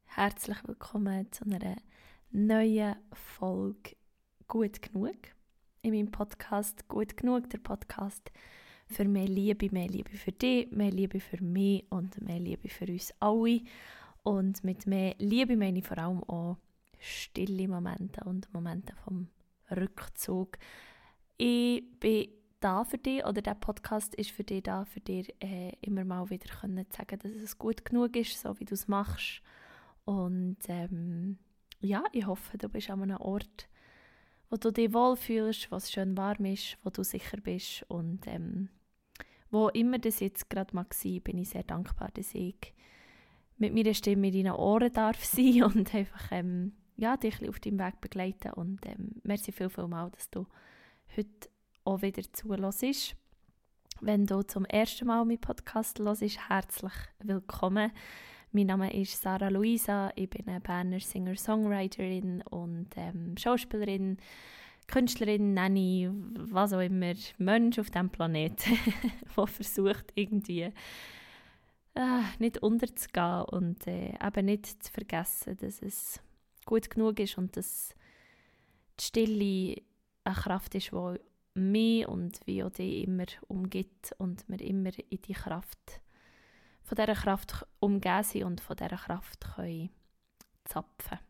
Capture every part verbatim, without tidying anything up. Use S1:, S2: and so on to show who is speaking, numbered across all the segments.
S1: Herzlich willkommen zu einer neuen Folge «Gut genug» in meinem Podcast «Gut genug», der Podcast für mehr Liebe, mehr Liebe für dich, mehr Liebe für mich und mehr Liebe für uns alle. Und mit mehr Liebe meine ich vor allem auch stille Momente und Momente vom Rückzug. Ich bin da für dich, oder der Podcast ist für dich da, für dir äh, immer mal wieder können sagen, dass es gut genug ist, so wie du es machst. Und ähm, ja, ich hoffe, du bist an einem Ort, wo du dich wohlfühlst, wo es schön warm ist, wo du sicher bist. Und ähm, wo immer das jetzt gerade mag sein, bin ich sehr dankbar, dass ich mit meiner Stimme in deinen Ohren darf sein und einfach ähm, ja, dich auf deinem Weg begleiten. Und ähm, merci viel, viel mal, dass du heute auch wieder zuhörst. Wenn du zum ersten Mal meinen Podcast hörst, herzlich willkommen. Mein Name ist Sarah Luisa, ich bin eine Berner Singer-Songwriterin und ähm, Schauspielerin, Künstlerin, Nanny, was auch immer, Mensch auf diesem Planeten, der versucht irgendwie äh, nicht unterzugehen und äh, eben nicht zu vergessen, dass es gut genug ist und dass die Stille eine Kraft ist, die mich und wie auch dich immer umgibt und wir immer in die Kraft von dieser Kraft umgeben sind und von dieser Kraft können zapfen.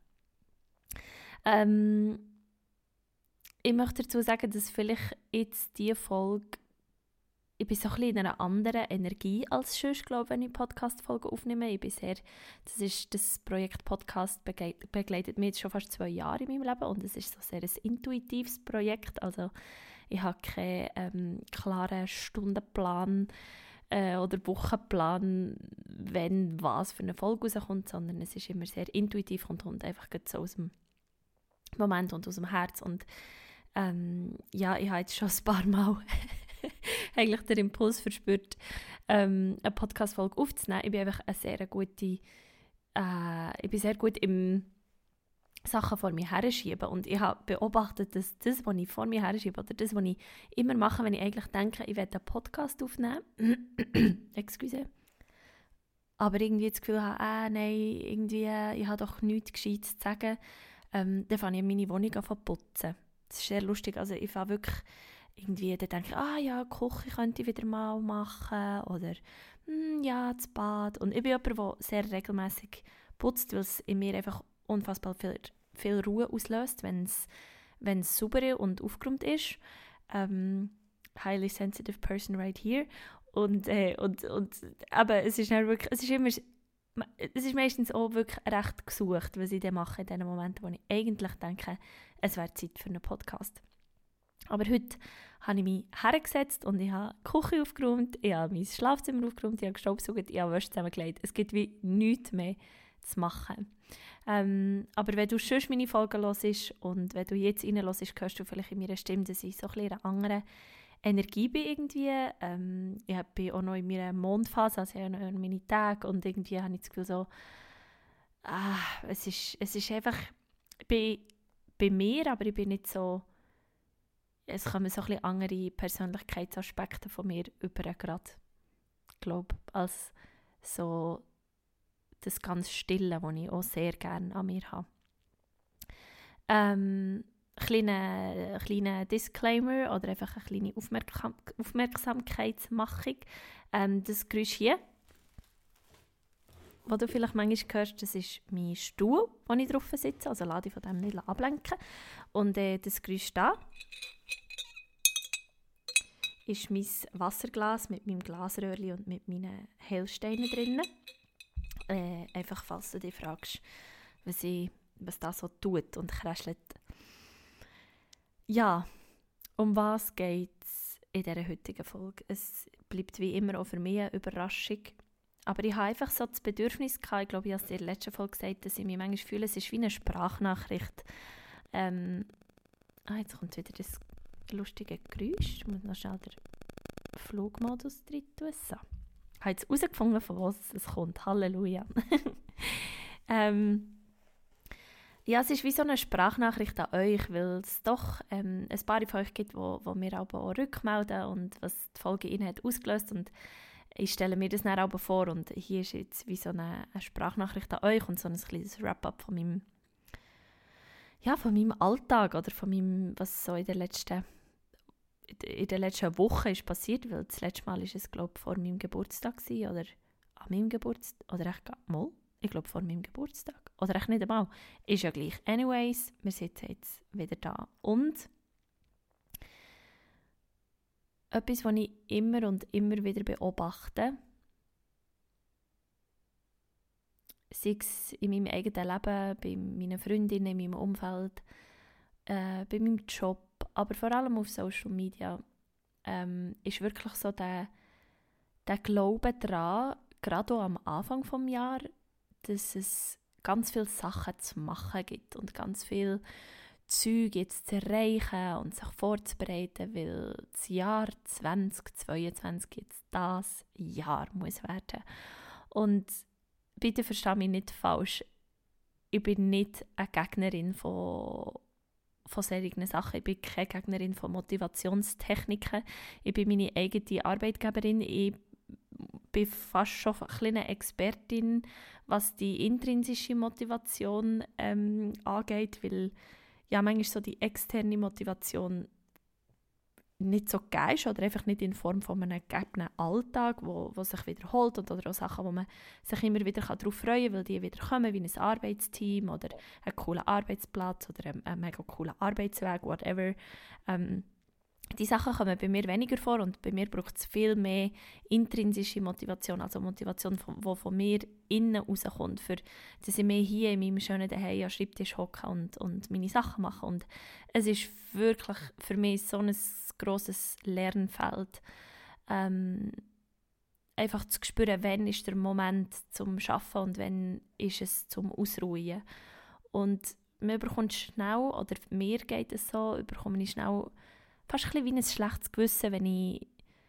S1: Ähm, ich möchte dazu sagen, dass vielleicht jetzt diese Folge, ich bin so ein bisschen in einer anderen Energie als sonst, glaube ich, wenn ich Podcast-Folgen aufnehme. Ich bin sehr, das, ist, das Projekt Podcast begleitet, begleitet mich jetzt schon fast zwei Jahre in meinem Leben und es ist so sehr ein intuitives Projekt. Also ich habe keinen ähm, klaren Stundenplan oder Wochenplan, wenn was für eine Folge rauskommt, sondern es ist immer sehr intuitiv und kommt einfach so aus dem Moment und aus dem Herz. Und ähm, ja, ich habe jetzt schon ein paar Mal eigentlich den Impuls verspürt, ähm, eine Podcast-Folge aufzunehmen. Ich bin einfach eine sehr gute, äh, ich bin sehr gut im Sachen vor mir herschieben. Und ich habe beobachtet, dass das, was ich vor mir herschiebe, oder das, was ich immer mache, wenn ich eigentlich denke, ich werde einen Podcast aufnehmen, excuse, aber irgendwie das Gefühl habe, äh, nein, irgendwie, ich habe doch nichts Gescheites zu sagen, ähm, dann fange ich meine Wohnung an zu putzen. Das ist sehr lustig. Also ich fange wirklich irgendwie, dann denke ich, ah ja, die Küche könnte ich wieder mal machen, oder hm, ja, das Bad. Und ich bin jemand, der sehr regelmäßig putzt, weil es in mir einfach unfassbar viel, viel Ruhe auslöst, wenn es sauber und aufgeräumt ist. Ähm, highly sensitive person right here. Und, äh, und, und aber es ist, wirklich, es, ist immer, es ist meistens auch wirklich recht gesucht, was ich dann mache in den Momenten, wo ich eigentlich denke, es wäre Zeit für einen Podcast. Aber heute habe ich mich hergesetzt und ich habe die Küche aufgeräumt, ich habe mein Schlafzimmer aufgeräumt, ich habe gestaubsaugt, ich habe Wäsche zusammengelegt. Es gibt wie nichts mehr zu machen. Ähm, aber wenn du schon meine Folgen hörst und wenn du jetzt reinhörst, hörst du vielleicht in meiner Stimme, dass ich so ein bisschen in einer anderen Energie bin irgendwie. Ähm, ich bin auch noch in meiner Mondphase, also ich habe noch meine Tage und irgendwie habe ich das Gefühl so, ah, es ist, es ist einfach, ich bin bei mir, aber ich bin nicht so, es kommen so ein bisschen andere Persönlichkeitsaspekte von mir über gerade, glaube ich, als so das ganz Stille, das ich auch sehr gerne an mir habe. Ähm, kleiner kleine Disclaimer oder einfach eine kleine Aufmerksam- Aufmerksamkeitsmachung. Ähm, das Geräusch hier, das du vielleicht manchmal hörst, das ist mein Stuhl, wo ich drauf sitze, also lasse ich von dem nicht ablenken. Und äh, das Geräusch da ist mein Wasserglas mit meinem Glasröhrchen und mit meinen Hehlsteinen drinnen. Äh, einfach, falls du dich fragst, was, ich, was das so tut und kräschelt. Ja, um was geht es in dieser heutigen Folge? Es bleibt wie immer auch für mich eine Überraschung. Aber ich habe einfach so das Bedürfnis gehabt, ich glaube, ich habe es in der letzten Folge gesagt, dass ich mich manchmal fühle, es ist wie eine Sprachnachricht. Ähm, ah, jetzt kommt wieder das lustige Geräusch. Ich muss noch schnell den Flugmodus drin tun. So. Ich habe jetzt herausgefunden, von was es kommt. Halleluja. ähm, ja, es ist wie so eine Sprachnachricht an euch, weil es doch ähm, ein paar von euch gibt, wo, wo mir aber auch rückmelden und was die Folge ihnen hat ausgelöst. Und ich stelle mir das dann aber vor und hier ist jetzt wie so eine, eine Sprachnachricht an euch und so ein kleines Wrap-up von meinem, ja, von meinem Alltag oder von meinem, was so in der letzten, in der letzten Woche ist passiert, weil das letzte Mal ist es, glaube ich, vor meinem Geburtstag gewesen, oder an meinem Geburtstag, oder echt mal, ich glaube vor meinem Geburtstag, oder echt nicht einmal, ist ja gleich. Anyways, wir sitzen jetzt wieder da und etwas, was ich immer und immer wieder beobachte, sei es in meinem eigenen Leben, bei meinen Freundinnen, in meinem Umfeld, äh, bei meinem Job, aber vor allem auf Social Media, ähm, ist wirklich so der, der Glaube daran, gerade auch am Anfang des Jahres, dass es ganz viele Sachen zu machen gibt und ganz viele Zeug jetzt zu erreichen und sich vorzubereiten, weil das Jahr zwanzig zweiundzwanzig jetzt das Jahr muss werden. Und bitte verstehe mich nicht falsch, ich bin nicht eine Gegnerin von, von solchen Sachen, ich bin keine Gegnerin von Motivationstechniken, ich bin meine eigene Arbeitgeberin, ich bin fast schon eine kleine Expertin, was die intrinsische Motivation ähm, angeht, weil ja, manchmal so die externe Motivation nicht so geil ist oder einfach nicht in Form von einem gegebenen Alltag, wo, wo sich wiederholt und, oder auch Sachen, wo man sich immer wieder darauf freuen kann, weil die wieder kommen, wie ein Arbeitsteam oder ein cooler Arbeitsplatz oder ein, ein mega cooler Arbeitsweg, whatever. Ähm, die Sachen kommen bei mir weniger vor und bei mir braucht es viel mehr intrinsische Motivation, also Motivation, die von mir innen rauskommt, für dass ich mehr hier in meinem schönen Zuhause am Schreibtisch hocke und, und meine Sachen mache. Und es ist wirklich für mich so ein grosses Lernfeld, ähm, einfach zu spüren, wann ist der Moment zum Arbeiten und wann ist es zum Ausruhen. Und man bekommt schnell, oder mir geht es so, bekomme ich schnell fast ein bisschen wie ein schlechtes Gewissen, wenn ich,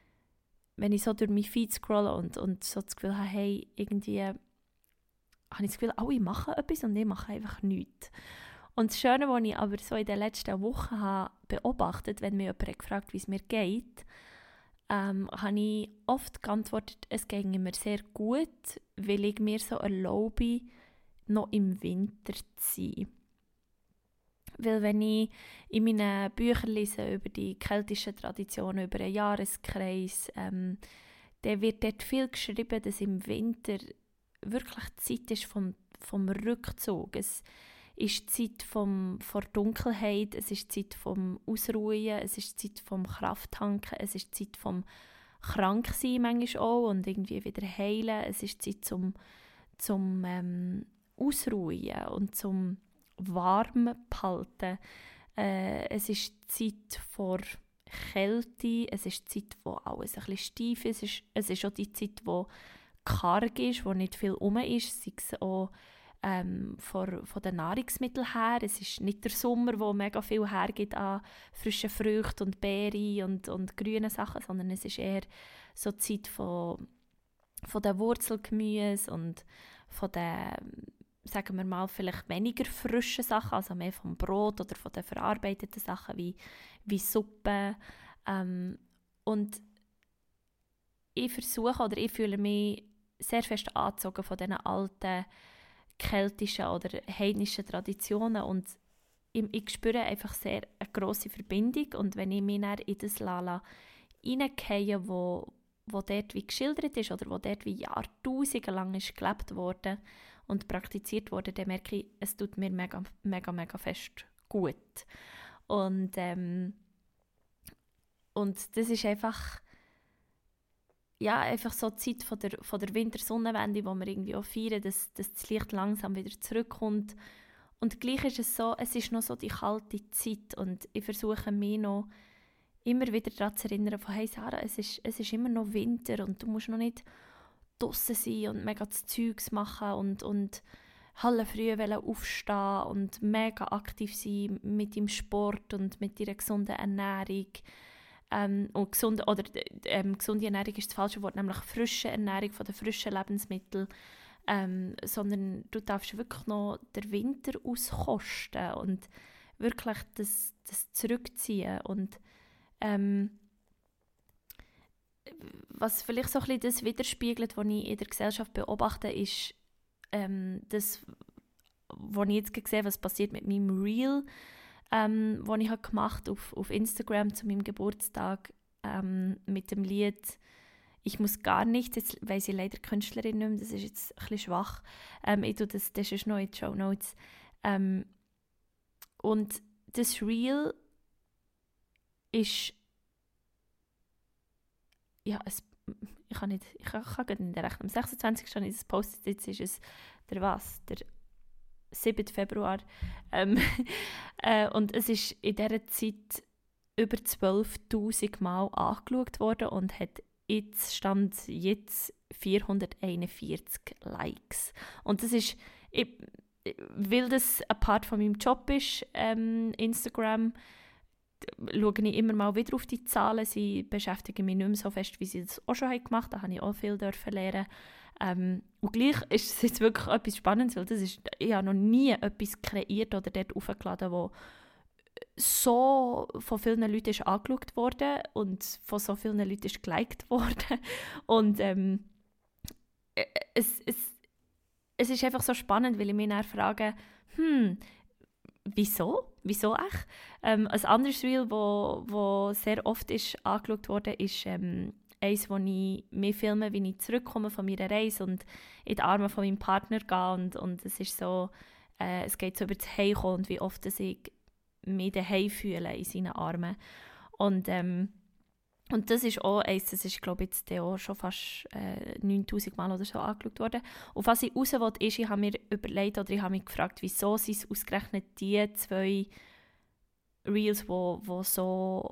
S1: wenn ich so durch mein Feed scrolle und, und so das Gefühl habe, hey, irgendwie habe ich das Gefühl, alle machen etwas und ich mache einfach nichts. Und das Schöne, was ich aber so in den letzten Wochen habe beobachtet, wenn mich jemand gefragt hat, wie es mir geht, ähm, habe ich oft geantwortet, es geht mir sehr gut, weil ich mir so erlaube, noch im Winter zu sein. Weil wenn ich in meinen Büchern lese über die keltischen Traditionen, über einen Jahreskreis, ähm, dann wird dort viel geschrieben, dass im Winter wirklich Zeit ist vom, vom Rückzug. Es ist Zeit vom, vor Dunkelheit, es ist Zeit vom Ausruhen, es ist Zeit vom Krafttanken, es ist Zeit vom Kranksein manchmal auch und irgendwie wieder heilen. Es ist Zeit zum, zum ähm, Ausruhen und zum warm behalten. Äh, es ist Zeit vor Kälte, es ist Zeit, wo alles ein bisschen steif ist. Es ist, es ist auch die Zeit, wo karg ist, wo nicht viel rum ist, sei es auch ähm, von, von den Nahrungsmitteln her. Es ist nicht der Sommer, wo mega viel hergibt an frischen Früchten und Beeren und, und grünen Sachen, sondern es ist eher so die Zeit von, von den Wurzelgemüse und von den, sagen wir mal, vielleicht weniger frischen Sachen, also mehr vom Brot oder von den verarbeiteten Sachen wie, wie Suppe. Ähm, und ich versuche oder ich fühle mich sehr fest angezogen von diesen alten keltischen oder heidnischen Traditionen und ich, ich spüre einfach sehr eine grosse Verbindung und wenn ich mich dann in das Lala hineingehe, wo, wo dort wie geschildert ist oder wo dort wie Jahrtausende lang ist gelebt worden und praktiziert wurde, dann merke ich, es tut mir mega, mega, mega fest gut. Und, ähm, und das ist einfach, ja, einfach so die Zeit von der, von der Wintersonnenwende, wo wir irgendwie auch feiern, dass, dass das Licht langsam wieder zurückkommt. Und gleich ist es so, es ist noch so die kalte Zeit und ich versuche mich noch immer wieder daran zu erinnern, von hey Sarah, es ist, es ist immer noch Winter und du musst noch nicht draussen sein und mega das Zeugs machen und, und Halle früh aufstehen und mega aktiv sein mit dem Sport und mit deiner gesunden Ernährung. Ähm, und gesunde, oder, ähm, gesunde Ernährung ist das falsche Wort, nämlich frische Ernährung von den frischen Lebensmitteln. Ähm, sondern du darfst wirklich noch den Winter auskosten und wirklich das, das zurückziehen. Und ähm, was vielleicht so ein bisschen das widerspiegelt, was ich in der Gesellschaft beobachte, ist ähm, das, was ich jetzt gesehen habe, was passiert mit meinem Reel, ähm, das ich gemacht habe auf, auf Instagram zu meinem Geburtstag ähm, mit dem Lied «Ich muss gar nichts». Jetzt weiss ich leider die Künstlerin nicht mehr, das ist jetzt ein bisschen schwach. Ähm, ich tue das, das ist noch in den Shownotes. Ähm, und das Reel ist ja, es, ich kann nicht, ich kann, kann nicht rechnen. Am sechsundzwanzigsten habe ich das gepostet, jetzt ist es der was, der siebten Februar. Ähm, äh, und es ist in dieser Zeit über zwölftausend Mal angeschaut worden und hat jetzt, stand jetzt vierhunderteinundvierzig Likes. Und das ist, ich, weil das ein Part von meinem Job ist, ähm, Instagram, schaue ich immer mal wieder auf die Zahlen. Sie beschäftigen mich nicht mehr so fest, wie sie das auch schon gemacht haben. Da habe ich auch viel dürfen lernen. Ähm, und gleich ist es jetzt wirklich etwas Spannendes, weil das ist, ich habe noch nie etwas kreiert oder dort aufgeladen, wo so von vielen Leuten ist angeschaut worden und von so vielen Leuten ist geliked worden. Und ähm, es, es, es ist einfach so spannend, weil ich mich dann frage, hm, wieso? Wieso echt? Ähm, ein anderes Reel, wo, wo sehr oft ist angeschaut wurde, ist ähm, eins, wo ich mehr filme, wie ich zurückkomme von meiner Reise und in die Arme von meinem Partner gehe. Und, und es ist so, äh, es geht so über das Heimkommen und wie oft dass ich mich daheim fühle in seinen Armen. Und, ähm, und das ist auch eins, das ist glaube ich jetzt auch schon fast äh, neuntausend Mal oder so angeschaut worden. Und was ich raus wollte, ist, ich habe mir überlegt oder ich habe mich gefragt, wieso sind es ausgerechnet die zwei Reels, wo, wo so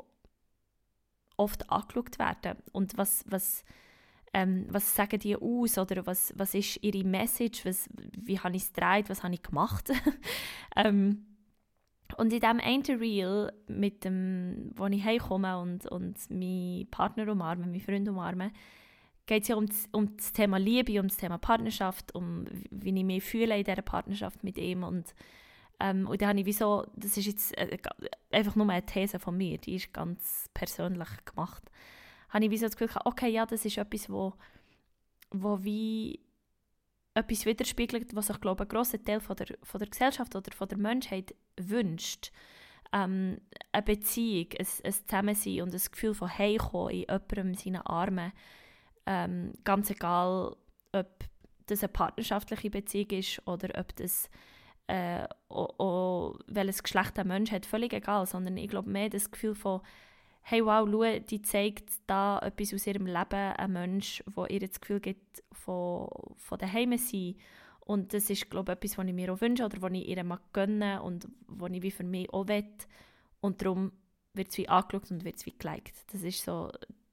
S1: oft angeschaut werden. Und was, was, ähm, was sagen die aus oder was, was ist ihre Message, was, wie habe ich es gedreht, was habe ich gemacht. ähm, Und in diesem einen Reel, mit dem, wo ich heimkomme und, und meinen Partner umarme, meinen Freund umarme, geht es ja um das, um das Thema Liebe, um das Thema Partnerschaft, um wie ich mich fühle in dieser Partnerschaft mit ihm. Und, ähm, und da habe ich wie so, das ist jetzt äh, einfach nur eine These von mir, die ist ganz persönlich gemacht, habe ich wie so das Gefühl, okay, ja, das ist etwas, wo, wo wie etwas widerspiegelt, was ich glaube, ein grosser Teil von der, von der Gesellschaft oder von der Menschheit wünscht. Ähm, eine Beziehung, ein, ein Zusammensein und das Gefühl von Heimkommen in jemandem seinen Armen. Ähm, ganz egal, ob das eine partnerschaftliche Beziehung ist oder ob das äh, o, o, welches Geschlecht der Mensch hat, völlig egal, sondern ich glaube mehr das Gefühl von hey, wow, schau, die zeigt da etwas aus ihrem Leben, ein Mensch, der ihr das Gefühl gibt, von, von daheim sein. Und das ist, glaube ich, etwas, was ich mir auch wünsche oder was ich ihr mag gönnen und was ich wie für mich auch will. Und darum wird es wie angeschaut und wird es wie geliked. Das ist so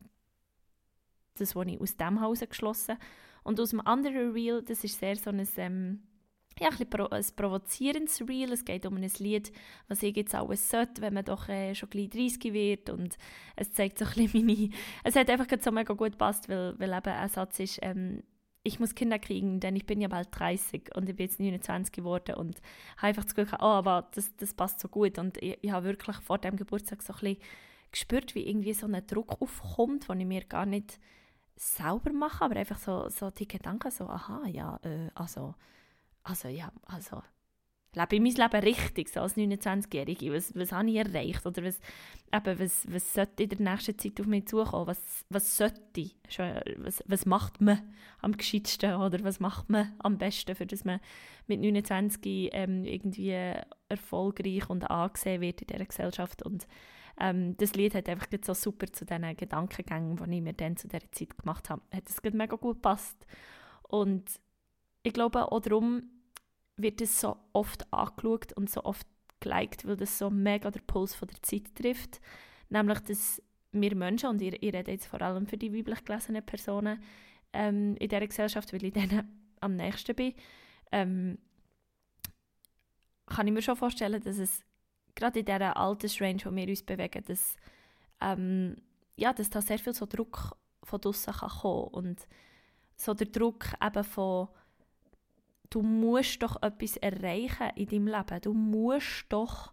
S1: das, was ich aus diesem Haus geschlossen habe. Und aus dem anderen Reel, das ist sehr so ein... Ähm, ja, ein, provo- ein provozierendes Reel. Es geht um ein Lied, was ich jetzt alles sollte, wenn man doch äh, schon gleich dreißig wird. Und es zeigt so ein bisschen meine... Es hat einfach so mega gut gepasst, weil, weil eben ein Satz ist, ähm, ich muss Kinder kriegen, denn ich bin ja bald dreißig und ich bin jetzt neunundzwanzig geworden und habe einfach das Gefühl, oh, aber das, das passt so gut. Und ich, ich habe wirklich vor dem Geburtstag so ein bisschen gespürt, wie irgendwie so ein Druck aufkommt, den ich mir gar nicht selber mache, aber einfach so, so die Gedanken, so, aha, ja, äh, also... Also ja, also lebe ich mein Leben richtig, so als neunundzwanzigjährige? Was, was habe ich erreicht? Oder was, eben, was, was sollte in der nächsten Zeit auf mich zukommen? Was, was sollte? Was, was macht man am gescheitsten? Oder was macht man am besten, für dass man mit neunundzwanzig ähm, irgendwie erfolgreich und angesehen wird in dieser Gesellschaft? Und ähm, das Lied hat einfach so super zu diesen Gedankengängen, die ich mir dann zu dieser Zeit gemacht habe. Hat es mega gut gepasst. Und ich glaube auch darum wird es so oft angeschaut und so oft geliked, weil das so mega der Puls von der Zeit trifft. Nämlich, dass wir Menschen, und ich, ich rede jetzt vor allem für die weiblich gelesenen Personen ähm, in dieser Gesellschaft, weil ich denen am nächsten bin, ähm, kann ich mir schon vorstellen, dass es gerade in dieser Altersrange, wo wir uns bewegen, dass, ähm, ja, dass da sehr viel so Druck von draussen kann kommen und so der Druck eben von du musst doch etwas erreichen in deinem Leben. Du musst doch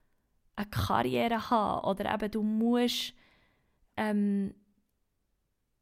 S1: eine Karriere haben oder eben du musst ähm,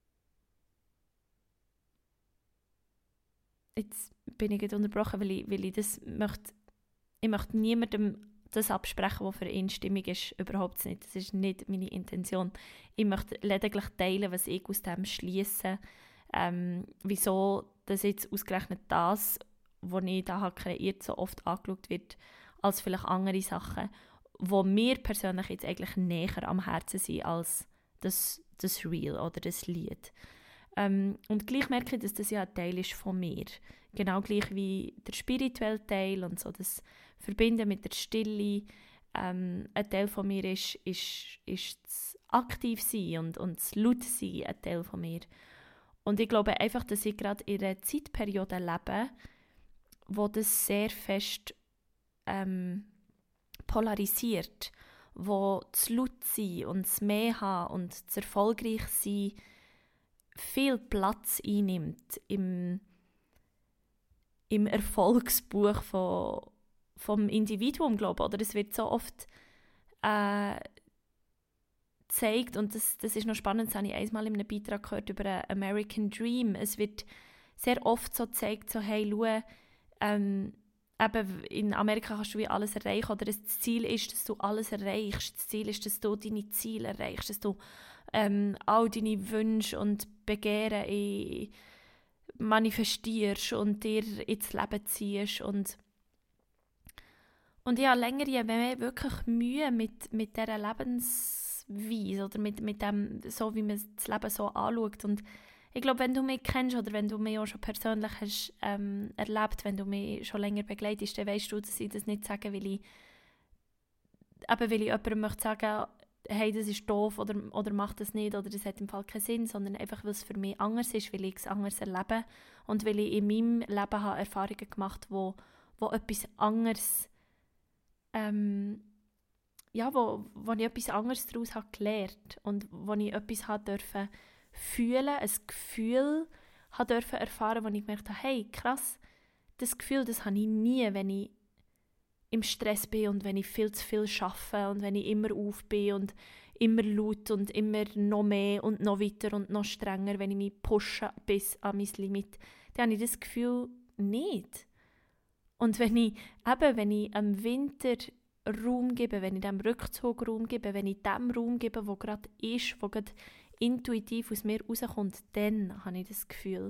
S1: jetzt bin ich gerade unterbrochen, weil ich, weil ich das möchte, ich möchte niemandem das absprechen, was für ihn stimmig ist, überhaupt nicht. Das ist nicht meine Intention. Ich möchte lediglich teilen, was ich aus dem schliesse, ähm, wieso das jetzt ausgerechnet das, was ich da habe kreiert, so oft angeschaut wird, als vielleicht andere Sachen, die mir persönlich jetzt eigentlich näher am Herzen sind als das, das Reel oder das Lied. Ähm, und gleich merke ich, dass das ja ein Teil ist von mir. Genau gleich wie der spirituelle Teil und so das Verbinden mit der Stille. Ähm, ein Teil von mir ist, ist, ist das Aktivsein und, und das Lautsein ein Teil von mir. Und ich glaube einfach, dass ich gerade in einer Zeitperiode lebe, wo das sehr fest ähm, polarisiert, wo das Lautsein und das Mehr haben und das Erfolgreichsein viel Platz einnimmt im, im Erfolgsbuch von, vom Individuum, glaube ich. Oder es wird so oft äh, gezeigt, und das, das ist noch spannend, das habe ich einmal in einem Beitrag gehört über einen American Dream. Es wird sehr oft so gezeigt, so, hey, schau, ähm, eben in Amerika kannst du wie alles erreichen, oder das Ziel ist, dass du alles erreichst. Das Ziel ist, dass du deine Ziele erreichst, dass du ähm, all deine Wünsche und Begehren in manifestierst und dir ins Leben ziehst. Und, und ja, länger je mehr wirklich Mühe mit, mit dieser Lebensweise oder mit, mit dem, so wie man das Leben so anschaut. Und ich glaube, wenn du mich kennst oder wenn du mich auch schon persönlich hast ähm, erlebt, wenn du mich schon länger begleitest, dann weißt du, dass ich das nicht sage, weil ich, eben weil ich jemandem möchte sagen, hey, das ist doof oder, oder mach das nicht oder das hat im Fall keinen Sinn, sondern einfach, weil es für mich anders ist, weil ich es anders erlebe und weil ich in meinem Leben habe Erfahrungen gemacht habe, wo, wo etwas anderes, ähm, ja, wo, wo ich etwas anderes daraus habe gelernt und wo ich etwas habe dürfen fühlen, ein Gefühl habe dürfen erfahren, wo ich gemerkt habe, hey, krass, das Gefühl, das habe ich nie, wenn ich im Stress bin und wenn ich viel zu viel arbeite und wenn ich immer auf bin und immer laut und immer noch mehr und noch weiter und noch strenger, wenn ich mich pushe bis an mein Limit, dann habe ich das Gefühl nicht. Und wenn ich, eben, wenn ich am Winter Raum gebe, wenn ich dem Rückzug Raum gebe, wenn ich dem Raum gebe, wo gerade ist, wo gerade intuitiv aus mir rauskommt, dann habe ich das Gefühl,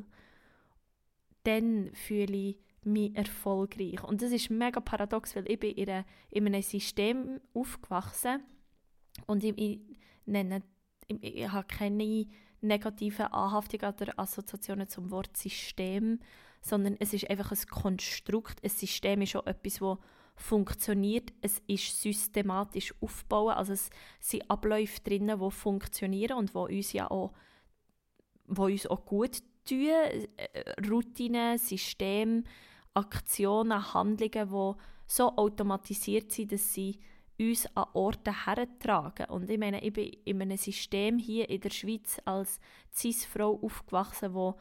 S1: dann fühle ich mich erfolgreich. Und das ist mega paradox, weil ich bin in, einer, in einem System aufgewachsen und ich, ich nenne, ich, ich habe keine negativen Anhaftungen oder Assoziationen zum Wort System, sondern es ist einfach ein Konstrukt. Ein System ist auch etwas, das funktioniert, es ist systematisch aufgebaut, also es sind Abläufe drin, die funktionieren und die uns ja auch, die uns auch gut tun. Routinen, Systeme, Aktionen, Handlungen, die so automatisiert sind, dass sie uns an Orte hertragen. Und ich meine, ich bin in einem System hier in der Schweiz als Cis-Frau aufgewachsen, wo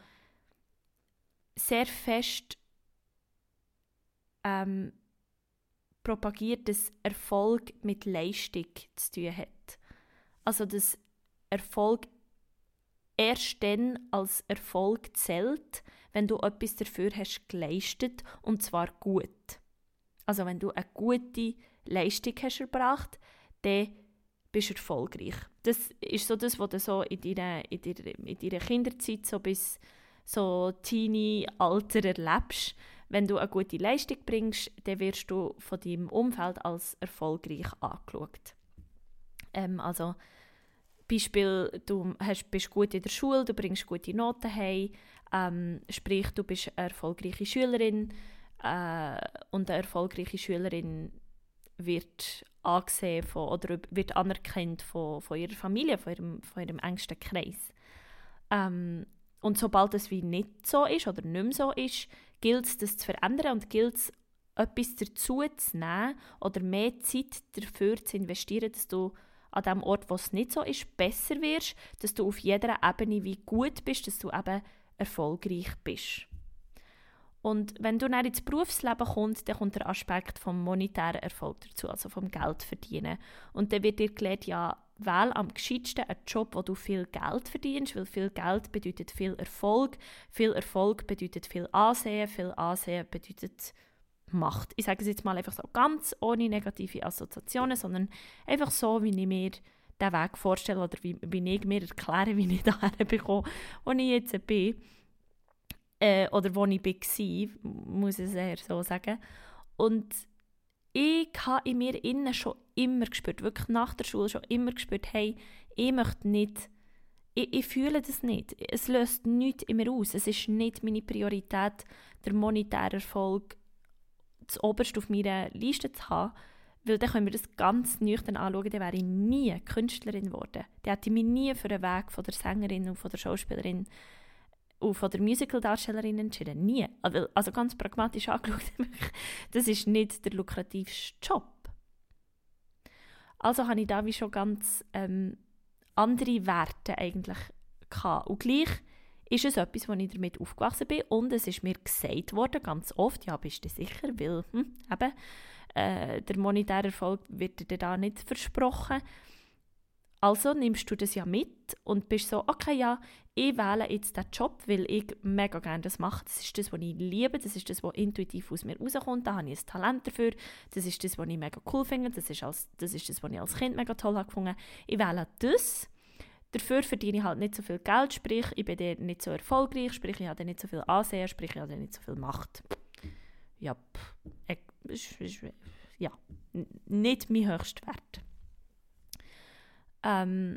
S1: sehr fest ähm, propagiert, dass Erfolg mit Leistung zu tun hat. Also, dass Erfolg erst dann als Erfolg zählt, wenn du etwas dafür hast geleistet, und zwar gut. Also, wenn du eine gute Leistung hast erbracht, dann bist du erfolgreich. Das ist so das, was du so in deiner, in deiner, in deiner Kinderzeit so bis so Teenie-Alter erlebst. Wenn du eine gute Leistung bringst, dann wirst du von deinem Umfeld als erfolgreich angeschaut. Ähm, also Beispiel, du hast, bist gut in der Schule, du bringst gute Noten heim, ähm, sprich, du bist eine erfolgreiche Schülerin äh, und eine erfolgreiche Schülerin wird angesehen von, oder wird anerkannt von, von ihrer Familie, von ihrem, von ihrem engsten Kreis. Ähm, und sobald es wie nicht so ist oder nicht mehr so ist, gilt es, das zu verändern und gilt es, etwas dazu zu nehmen oder mehr Zeit dafür zu investieren, dass du an dem Ort, wo es nicht so ist, besser wirst, dass du auf jeder Ebene wie gut bist, dass du eben erfolgreich bist. Und wenn du dann ins Berufsleben kommst, dann kommt der Aspekt vom monetären Erfolg dazu, also vom Geld verdienen. Und dann wird dir gelehrt, ja, wähle am gescheitsten einen Job, wo du viel Geld verdienst, weil viel Geld bedeutet viel Erfolg. Viel Erfolg bedeutet viel Ansehen, viel Ansehen bedeutet Macht. Ich sage es jetzt mal einfach so ganz ohne negative Assoziationen, sondern einfach so, wie ich mir den Weg vorstelle oder wie, wie ich mir erkläre, wie ich daher bekomme, wo ich jetzt bin. Äh, oder wo ich war, muss ich es eher so sagen. Und ich habe in mir innen schon immer gespürt, wirklich nach der Schule schon immer gespürt, hey, ich möchte nicht, ich, ich fühle das nicht. Es löst nichts in mir aus. Es ist nicht meine Priorität, der monetäre Erfolg das oberste auf meiner Liste zu haben, weil dann können wir das ganz nüchtern anschauen, dann wäre ich nie Künstlerin geworden. Dann hätte ich mich nie für den Weg von der Sängerin und von der Schauspielerin und von der Musicaldarstellerin entschieden. Nie. Also ganz pragmatisch angeschaut, das ist nicht der lukrativste Job. Also habe ich da wie schon ganz ähm, andere Werte eigentlich gehabt. Und gleich ist es etwas, wo ich damit aufgewachsen bin und es ist mir gesagt worden, ganz oft, ja, bist du sicher, weil hm, eben, äh, der monetäre Erfolg wird dir da nicht versprochen. Also nimmst du das ja mit und bist so, okay, ja, ich wähle jetzt diesen Job, weil ich mega gerne das mache. Das ist das, was ich liebe, das ist das, was intuitiv aus mir rauskommt, da habe ich ein Talent dafür, das ist das, was ich mega cool finde, das ist, als, das, ist das, was ich als Kind mega toll habe gefunden. Ich wähle das. Dafür verdiene ich halt nicht so viel Geld, sprich, ich bin dort nicht so erfolgreich, sprich, ich habe nicht so viel Ansehen, sprich, ich habe nicht so viel Macht. Ja, pff, ich, ja, nicht mein höchster Wert. Ähm,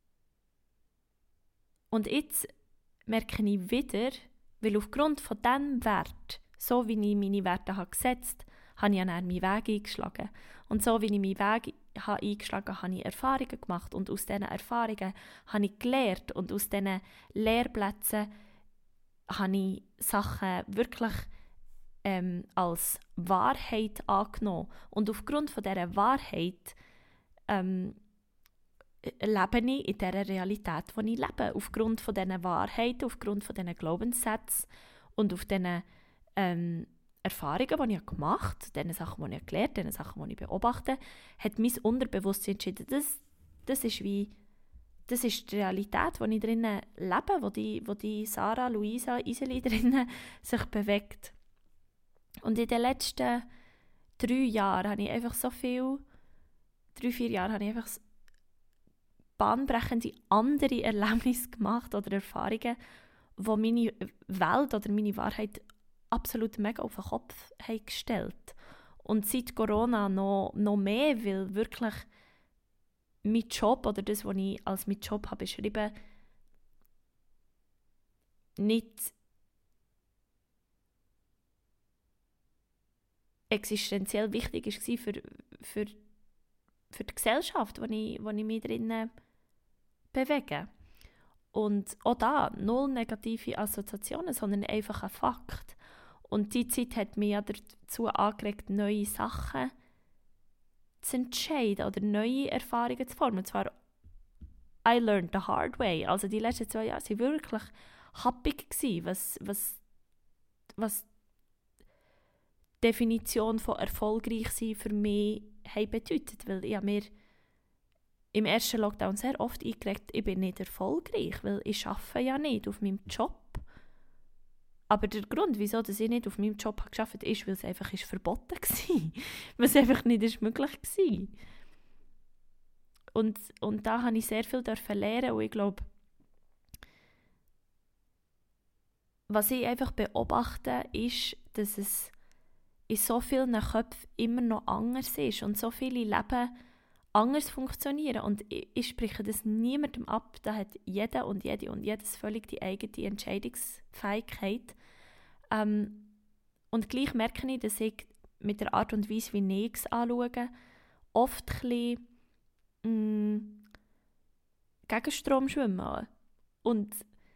S1: und jetzt merke ich wieder, weil aufgrund von diesem Wert, so wie ich meine Werte habe gesetzt habe, habe ich dann meinen Weg eingeschlagen. Und so wie ich meinen Weg habe eingeschlagen habe, habe ich Erfahrungen gemacht. Und aus diesen Erfahrungen habe ich gelernt. Und aus diesen Lehrplätzen habe ich Sachen wirklich ähm, als Wahrheit angenommen. Und aufgrund von dieser Wahrheit ähm, lebe ich in dieser Realität, die ich lebe. Aufgrund von diesen Wahrheiten, aufgrund von diesen Glaubenssätzen und auf diesen ähm, Erfahrungen, die ich gemacht habe, diesen Sachen, die ich gelernt habe, diesen Sachen, die ich beobachte, hat mein Unterbewusstsein entschieden, das, das ist wie, das ist die Realität, in der ich drinnen lebe, wo die, wo die Sarah, Luisa, Iseli drinnen sich bewegt. Und in den letzten drei Jahren habe ich einfach so viel, drei, vier Jahre habe ich einfach bahnbrechende andere Erlebnisse gemacht oder Erfahrungen, die meine Welt oder meine Wahrheit absolut mega auf den Kopf haben gestellt. Und seit Corona noch, noch mehr, weil wirklich mein Job oder das, was ich als mein Job habe beschrieben, nicht existenziell wichtig war für, für, für die Gesellschaft, wo ich, wo ich mich drinnen bewege. Und auch da, null negative Assoziationen, sondern einfach ein Fakt. Und die Zeit hat mich ja dazu angeregt, neue Sachen zu entscheiden oder neue Erfahrungen zu formen. Und zwar, I learned the hard way. Also die letzten zwei Jahre waren wirklich happig gewesen, was, was, was die Definition von erfolgreich sein für mich hat bedeutet. Weil ich habe mir im ersten Lockdown sehr oft eingeregt, ich bin nicht erfolgreich, weil ich arbeite ja nicht auf meinem Job. Aber der Grund, wieso dass ich nicht auf meinem Job gearbeitet habe, ist, weil es einfach ist verboten war. Weil es einfach nicht ist möglich war. Und, und da habe ich sehr viel lernen und ich glaube, was ich einfach beobachte, ist, dass es in so vielen Köpfen immer noch anders ist und so viele Leben anders funktionieren. Und ich, ich spreche das niemandem ab, da hat jeder und jede und jedes völlig die eigene Entscheidungsfähigkeit. Ähm, und gleich merke ich, dass ich mit der Art und Weise, wie ich es anschaue, oft ein bisschen mh, gegen Strom schwimmen. Und,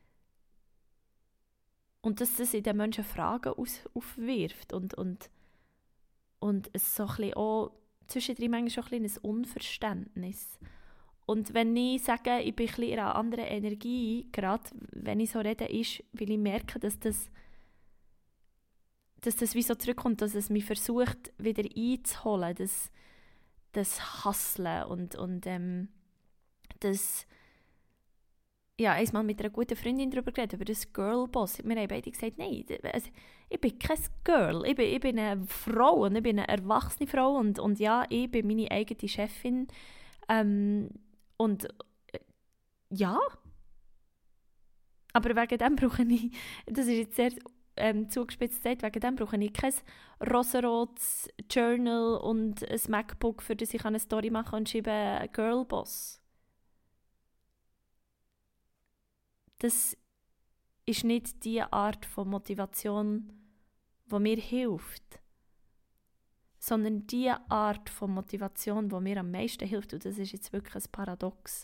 S1: und dass das in den Menschen Fragen aus, aufwirft. Und, und, und es so ein bisschen auch zwischendrin manchmal schon ein, ein Unverständnis. Und wenn ich sage, ich bin ein bisschen in einer anderen Energie, gerade wenn ich so rede, ist, weil ich merke, dass das, dass das wie so zurückkommt, dass es mich versucht, wieder einzuholen, das, das Hustlen und, und ähm, dass ja, einmal mit einer guten Freundin darüber geredet, über das Girlboss. Wir haben beide gesagt, nein, also, ich bin kein Girl, ich bin, ich bin eine Frau und ich bin eine erwachsene Frau und, und ja, ich bin meine eigene Chefin ähm, und äh, ja, aber wegen dem brauche ich, das ist jetzt sehr ähm, zugespitzt gesagt, wegen dem brauche ich kein rosarotes Journal und ein MacBook, für das ich eine Story machen kann und schreibe Girlboss. Das ist nicht die Art von Motivation, die mir hilft, sondern die Art von Motivation, die mir am meisten hilft. Und das ist jetzt wirklich ein Paradox.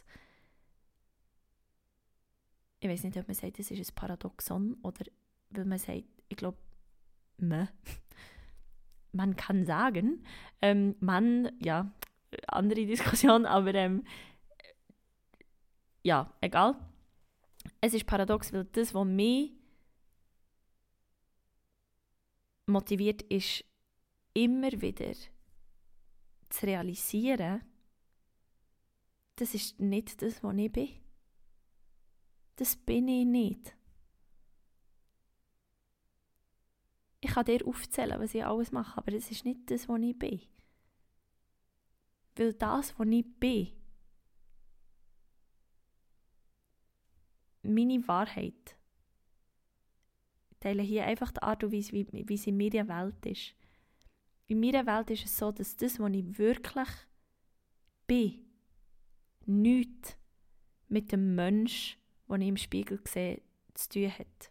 S1: Ich weiß nicht, ob man sagt, das ist ein Paradoxon oder weil man sagt, ich glaube, man. man kann sagen, ähm, man, ja, andere Diskussion, aber ähm, ja, egal. Es ist paradox, weil das, was mich motiviert, ist, immer wieder zu realisieren, das ist nicht das, was ich bin. Das bin ich nicht. Ich kann dir aufzählen, was ich alles mache, aber das ist nicht das, was ich bin. Weil das, was ich bin, meine Wahrheit, ich teile hier einfach die Art und Weise, wie, wie es in meiner Welt ist. In meiner Welt ist es so, dass das, was ich wirklich bin, nichts mit dem Menschen, den ich im Spiegel sehe, zu tun hat.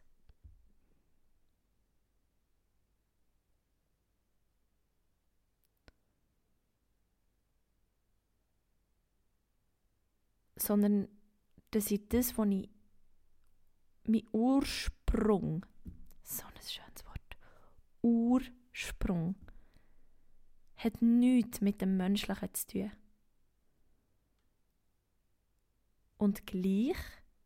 S1: Sondern dass ich das, was ich, mein Ursprung, so ein schönes Wort, Ursprung, hat nichts mit dem Menschlichen zu tun. Und gleich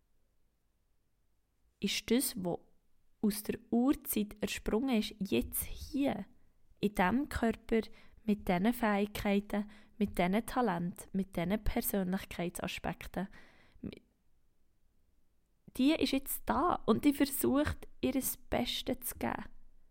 S1: ist das, was aus der Urzeit ersprungen ist, jetzt hier, in diesem Körper, mit diesen Fähigkeiten, mit diesen Talenten, mit diesen Persönlichkeitsaspekten. Die ist jetzt da und die versucht, ihr Bestes zu geben.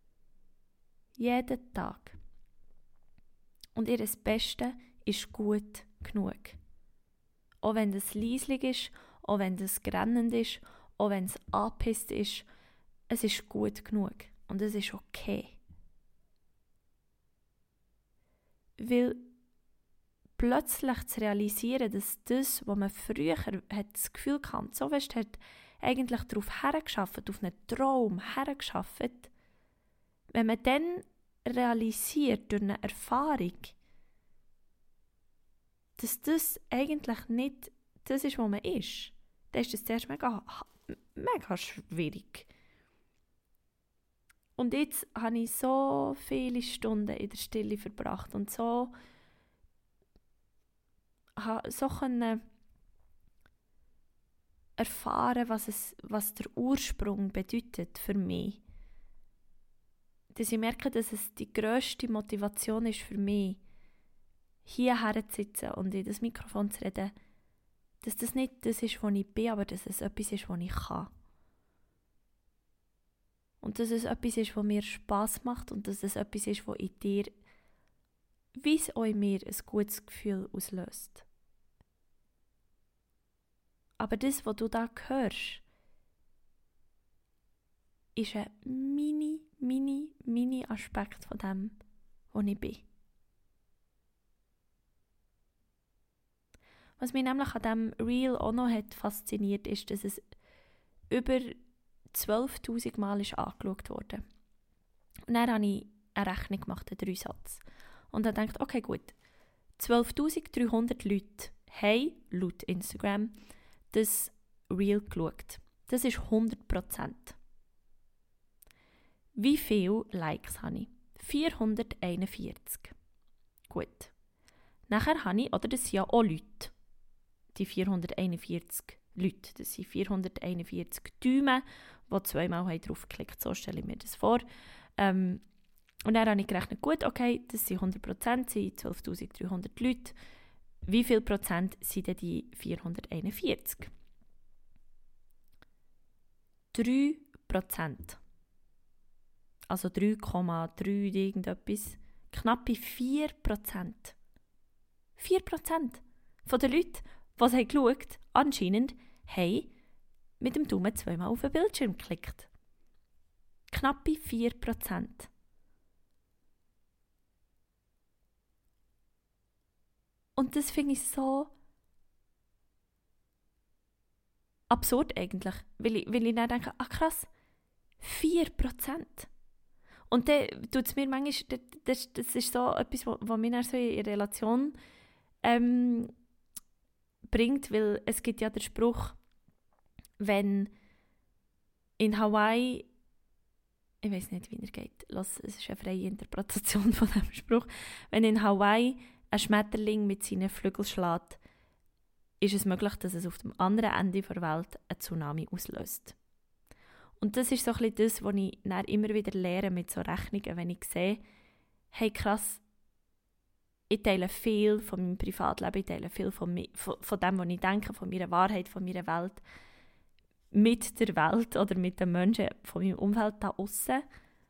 S1: Jeden Tag. Und ihr Bestes ist gut genug. Auch wenn das leislich ist, auch wenn das grennend ist, auch wenn es angepisst ist, es ist gut genug. Und es ist okay. Weil plötzlich zu realisieren, dass das, was man früher hat, das Gefühl hatte, so fest hat eigentlich darauf hergeschafft, auf einen Traum hergeschafft, wenn man dann realisiert durch eine Erfahrung, dass das eigentlich nicht das ist, was man ist, dann ist das zuerst mega, mega schwierig. Und jetzt habe ich so viele Stunden in der Stille verbracht und so, so können erfahren, was, es, was der Ursprung bedeutet für mich. Dass ich merke, dass es die grösste Motivation ist für mich, hierher zu sitzen und in das Mikrofon zu reden, dass das nicht das ist, was ich bin, aber dass es etwas ist, was ich kann. Und dass es etwas ist, was mir Spass macht und dass es etwas ist, was in dir, wie es auch in mir, ein gutes Gefühl auslöst. Aber das, was du da hörst, ist ein mini, mini, mini Aspekt von dem, was ich bin. Was mich nämlich an diesem Reel auch noch hat fasziniert, ist, dass es über zwölftausend Mal ist angeschaut wurde. Und dann habe ich eine Rechnung gemacht, einen Dreisatz. Und dann dachte ich, okay, gut, zwölftausenddreihundert Leute haben laut Instagram das Reel geschaut. Das ist hundert Prozent. Wie viele Likes habe ich? vierhunderteinundvierzig. Gut. Nachher habe ich, oder das sind ja auch Leute, die vierhunderteinundvierzig Leute, das sind vierhunderteinundvierzig Däume, die zweimal drauf geklickt haben, so stelle ich mir das vor. Ähm, und dann habe ich gerechnet, gut, okay, das sind hundert Prozent, das sind zwölftausenddreihundert Leute. wie viel Prozent sind denn die vierhunderteinundvierzig? drei Prozent. Also drei Komma drei irgendetwas. Knappe vier Prozent. vier Prozent von den Leuten, die es geschaut haben, anscheinend, haben mit dem Daumen zweimal auf den Bildschirm geklickt. Knappe vier Prozent. Und das finde ich so absurd eigentlich, weil ich, weil ich dann denke, ach krass, vier Prozent. Und dann tut es mir manchmal, das, das ist so etwas, was mich dann so in Relation ähm, bringt, weil es gibt ja den Spruch, wenn in Hawaii, ich weiß nicht, wie er geht, lass, es ist eine freie Interpretation von diesem Spruch, wenn in Hawaii ein Schmetterling mit seinen Flügeln schlägt, ist es möglich, dass es auf dem anderen Ende der Welt einen Tsunami auslöst. Und das ist so ein bisschen das, was ich dann immer wieder lehre mit so Rechnungen, wenn ich sehe, hey krass, ich teile viel von meinem Privatleben, ich teile viel von, mi- von, von dem, was ich denke, von meiner Wahrheit, von meiner Welt, mit der Welt oder mit den Menschen von meinem Umfeld da aussen.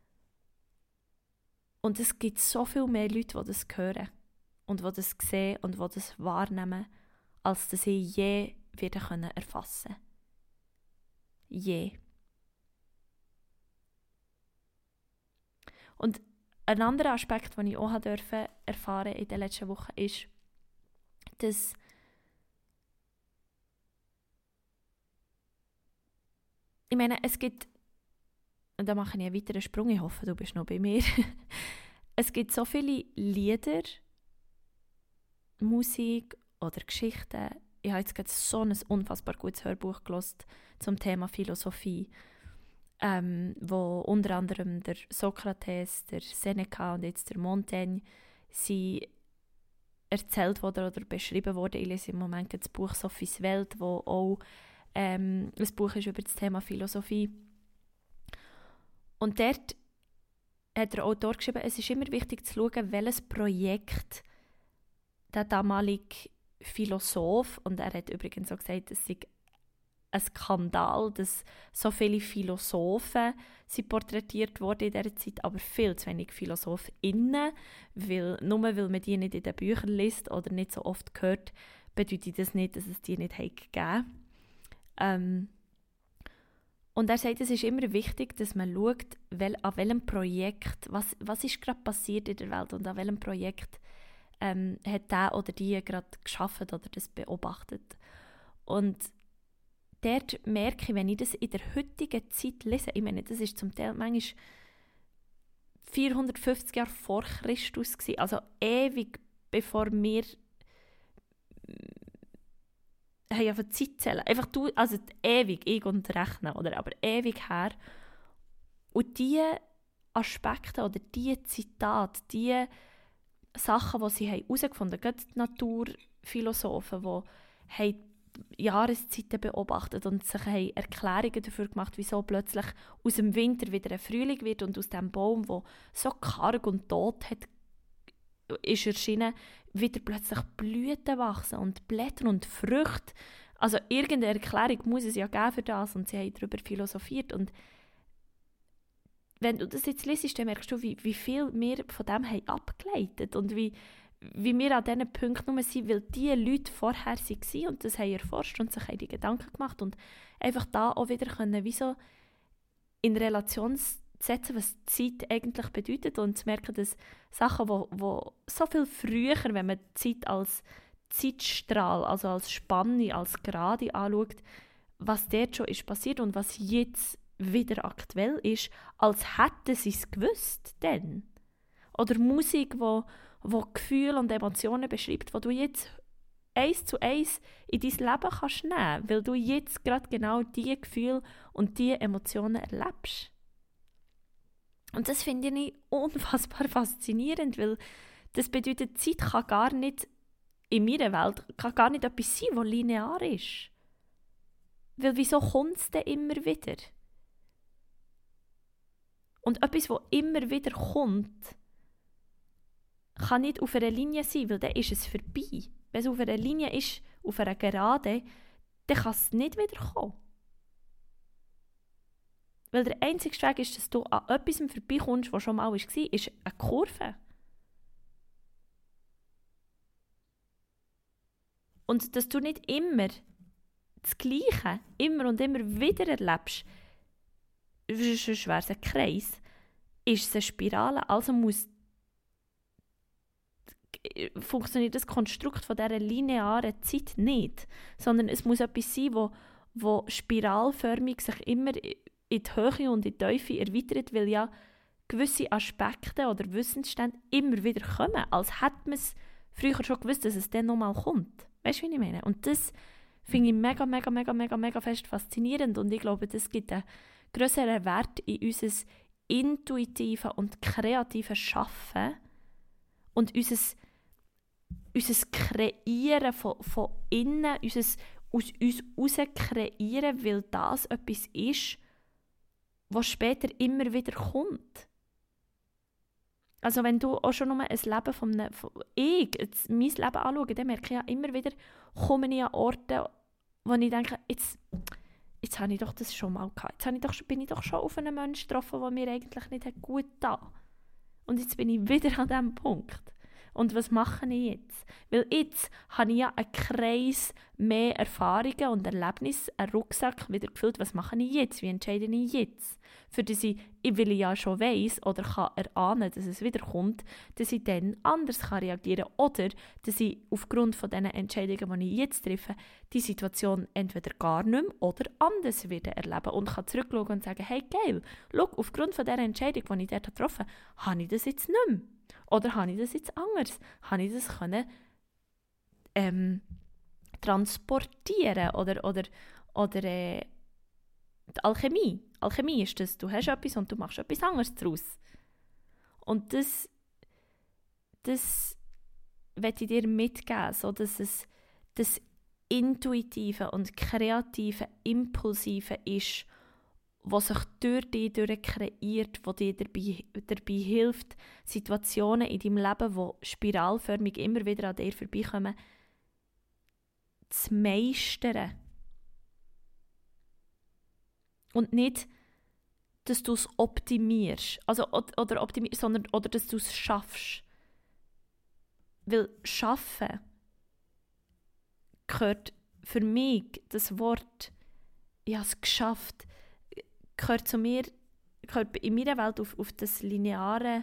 S1: Und es gibt so viel mehr Leute, die das hören und die das sehen und die das wahrnehmen, als dass ich je wieder erfassen können. Je. Und ein anderer Aspekt, den ich auch durfte erfahren in den letzten Wochen, ist, dass ich meine, es gibt, und da mache ich einen weiteren Sprung, ich hoffe, du bist noch bei mir, es gibt so viele Lieder, Musik oder Geschichten. Ich habe jetzt gerade so ein unfassbar gutes Hörbuch gehört zum Thema Philosophie, ähm, wo unter anderem der Sokrates, der Seneca und jetzt der Montaigne sie erzählt wurde oder beschrieben wurde. Ich lese im Moment das Buch «Sophies Welt», wo auch ähm, ein Buch ist über das Thema Philosophie. Und dort hat der Autor geschrieben, es ist immer wichtig zu schauen, welches Projekt der damalige Philosoph, und er hat übrigens auch gesagt, es sei ein Skandal, dass so viele Philosophen sind porträtiert wurden in dieser Zeit, aber viel zu wenig PhilosophInnen, weil nur weil man die nicht in den Büchern liest oder nicht so oft hört, bedeutet das nicht, dass es die nicht gegeben hat. Ähm, und er sagt, es ist immer wichtig, dass man schaut, wel, an welchem Projekt, was, was ist gerade passiert in der Welt und an welchem Projekt ähm, hat der oder die gerade geschaffen oder das beobachtet. Und dort merke ich, wenn ich das in der heutigen Zeit lese, ich meine, das ist zum Teil manchmal vierhundertfünfzig Jahre vor Christus gewesen, also ewig bevor wir haben ja von Zeit zählen. Einfach du, also ewig, ich und rechnen, oder? Aber ewig her. Und diese Aspekte oder diese Zitate, diese Sachen, die sie herausgefunden haben, gerade die Naturphilosophen, die haben Jahreszeiten beobachtet und sich haben Erklärungen dafür gemacht, wieso plötzlich aus dem Winter wieder ein Frühling wird und aus dem Baum, der so karg und tot hat, ist erschienen, wieder plötzlich Blüten wachsen und Blätter und Früchte. Also irgendeine Erklärung muss es ja geben für das und sie haben darüber philosophiert. Und wenn du das jetzt liest, dann merkst du, wie, wie viel wir von dem haben abgeleitet und wie, wie wir an diesen Punkten nur sind, weil diese Leute vorher waren und das haben erforscht und sich haben die Gedanken gemacht und einfach da auch wieder können, wie so in Relation setzen, was Zeit eigentlich bedeutet und zu merken, dass Sachen, wo, wo so viel früher, wenn man die Zeit als Zeitstrahl, also als Spanne, als Gerade anschaut, was dort schon ist passiert und was jetzt wieder aktuell ist, als hätten sie es gewusst denn. Oder Musik, wo, wo Gefühle und Emotionen beschreibt, wo du jetzt eins zu eins in dein Leben kannst nehmen, weil du jetzt gerade genau diese Gefühle und diese Emotionen erlebst. Und das finde ich unfassbar faszinierend, weil das bedeutet, Zeit kann gar nicht, in meiner Welt, kann gar nicht etwas sein, das linear ist. Weil wieso kommt es denn immer wieder? Und etwas, das immer wieder kommt, kann nicht auf einer Linie sein, weil dann ist es vorbei. Wenn es auf einer Linie ist, auf einer Gerade, dann kann es nicht wieder kommen. Weil der einzige Weg ist, dass du an etwas vorbeikommst, was schon mal war, ist eine Kurve. Und dass du nicht immer das Gleiche, immer und immer wieder erlebst, sonst wäre es ein Kreis, ist es eine Spirale. Also muss funktioniert das Konstrukt von dieser linearen Zeit nicht, sondern es muss etwas sein, wo, wo spiralförmig sich immer in die Höhe und in die Tiefe erweitert, weil ja gewisse Aspekte oder Wissensstände immer wieder kommen, als hätte man es früher schon gewusst, dass es dann nochmal kommt. Weißt du, wie ich meine? Und das finde ich mega, mega, mega, mega, mega fest faszinierend und ich glaube, das gibt einen grösseren Wert in unser intuitives und kreatives Schaffen und unser, unser Kreieren von, von innen, unser aus uns heraus kreieren, weil das etwas ist, was später immer wieder kommt. Also wenn du auch schon nur ein Leben von einem, von ich, jetzt mein Leben anschaue, dann merke ich ja immer wieder, komme ich an Orte, wo ich denke, jetzt, jetzt habe ich doch das schon mal gehabt. Jetzt habe ich doch, bin ich doch schon auf einen Menschen getroffen, der mir eigentlich nicht gut da. Und jetzt bin ich wieder an diesem Punkt. Und was mache ich jetzt? Weil jetzt habe ich ja einen Kreis mehr Erfahrungen und Erlebnisse, einen Rucksack wieder gefüllt. Was mache ich jetzt? Wie entscheide ich jetzt? Für das ich, weil ich ja schon weiss oder kann erahnen, dass es wieder kommt, dass ich dann anders kann reagieren kann. Oder dass ich aufgrund von diesen Entscheidungen, die ich jetzt treffe, die Situation entweder gar nicht mehr oder anders wieder erleben und kann zurückschauen und sagen, hey geil, schau, aufgrund von dieser Entscheidung, die ich dort getroffen habe, habe ich das jetzt nicht mehr. Oder habe ich das jetzt anders? Habe ich das können, ähm, transportieren? Oder, oder, oder äh, die Alchemie. Alchemie ist das, du hast etwas und du machst etwas anderes daraus. Und das, das möchte ich dir mitgeben, so dass es das Intuitive und Kreative, Impulsive ist, was sich durch dich durch kreiert, was dir dabei, dabei hilft, Situationen in deinem Leben, die spiralförmig immer wieder an dir vorbeikommen, zu meistern. Und nicht, dass du es optimierst, also, oder, optimierst, sondern oder dass du es schaffst. Weil Schaffen gehört für mich das Wort, ich habe es geschafft, gehört zu mir, gehört in meiner Welt auf, auf das lineare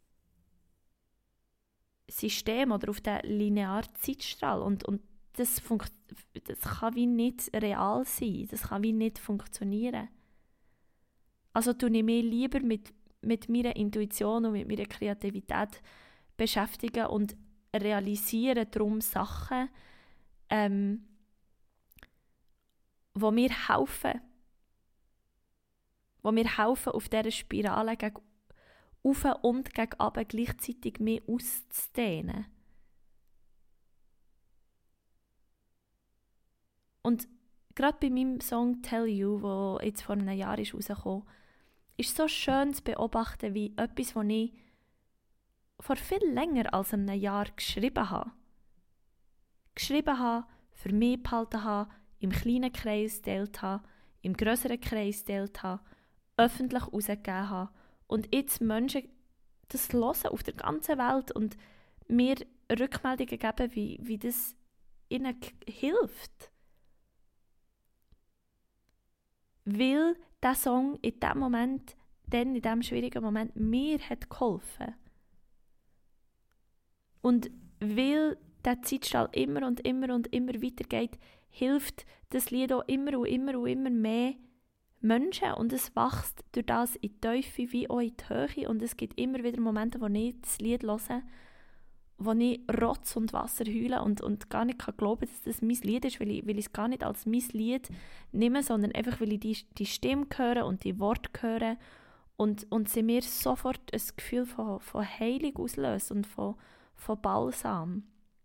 S1: System oder auf den linearen Zeitstrahl. Und, und das, funkt, das kann wie nicht real sein, das kann wie nicht funktionieren. Also tue ich mich lieber mit, mit meiner Intuition und mit meiner Kreativität beschäftigen und realisiere darum Sachen, ähm, die mir helfen, die mir helfen, auf dieser Spirale gegen auf und gegen runter gleichzeitig mehr auszudehnen. Und gerade bei meinem Song «Tell You», der jetzt vor einem Jahr ist rausgekommen ist, ist so schön zu beobachten, wie etwas, das ich vor viel länger als einem Jahr geschrieben habe. Geschrieben habe, für mich behalten habe, im kleinen Kreis geteilt habe, im grösseren Kreis geteilt habe, öffentlich herausgegeben habe und jetzt Menschen das hören auf der ganzen Welt und mir Rückmeldungen geben, wie, wie das ihnen hilft. Weil dieser Song in diesem Moment, dann in diesem schwierigen Moment, mir hat geholfen. Und weil der Zeitstrahl immer und immer und immer weitergeht, hilft das Lied auch immer und immer und immer mehr Menschen und es wächst durch das in die Tiefe wie auch in die Höhe und es gibt immer wieder Momente, wo ich das Lied höre, wo ich Rotz und Wasser heule und, und gar nicht glauben kann, dass das mein Lied ist, weil ich, weil ich es gar nicht als mein Lied nehme, sondern einfach, weil ich die, die Stimme höre und die Worte höre und, und sie mir sofort ein Gefühl von, von Heilung auslöst und von, von Balsam.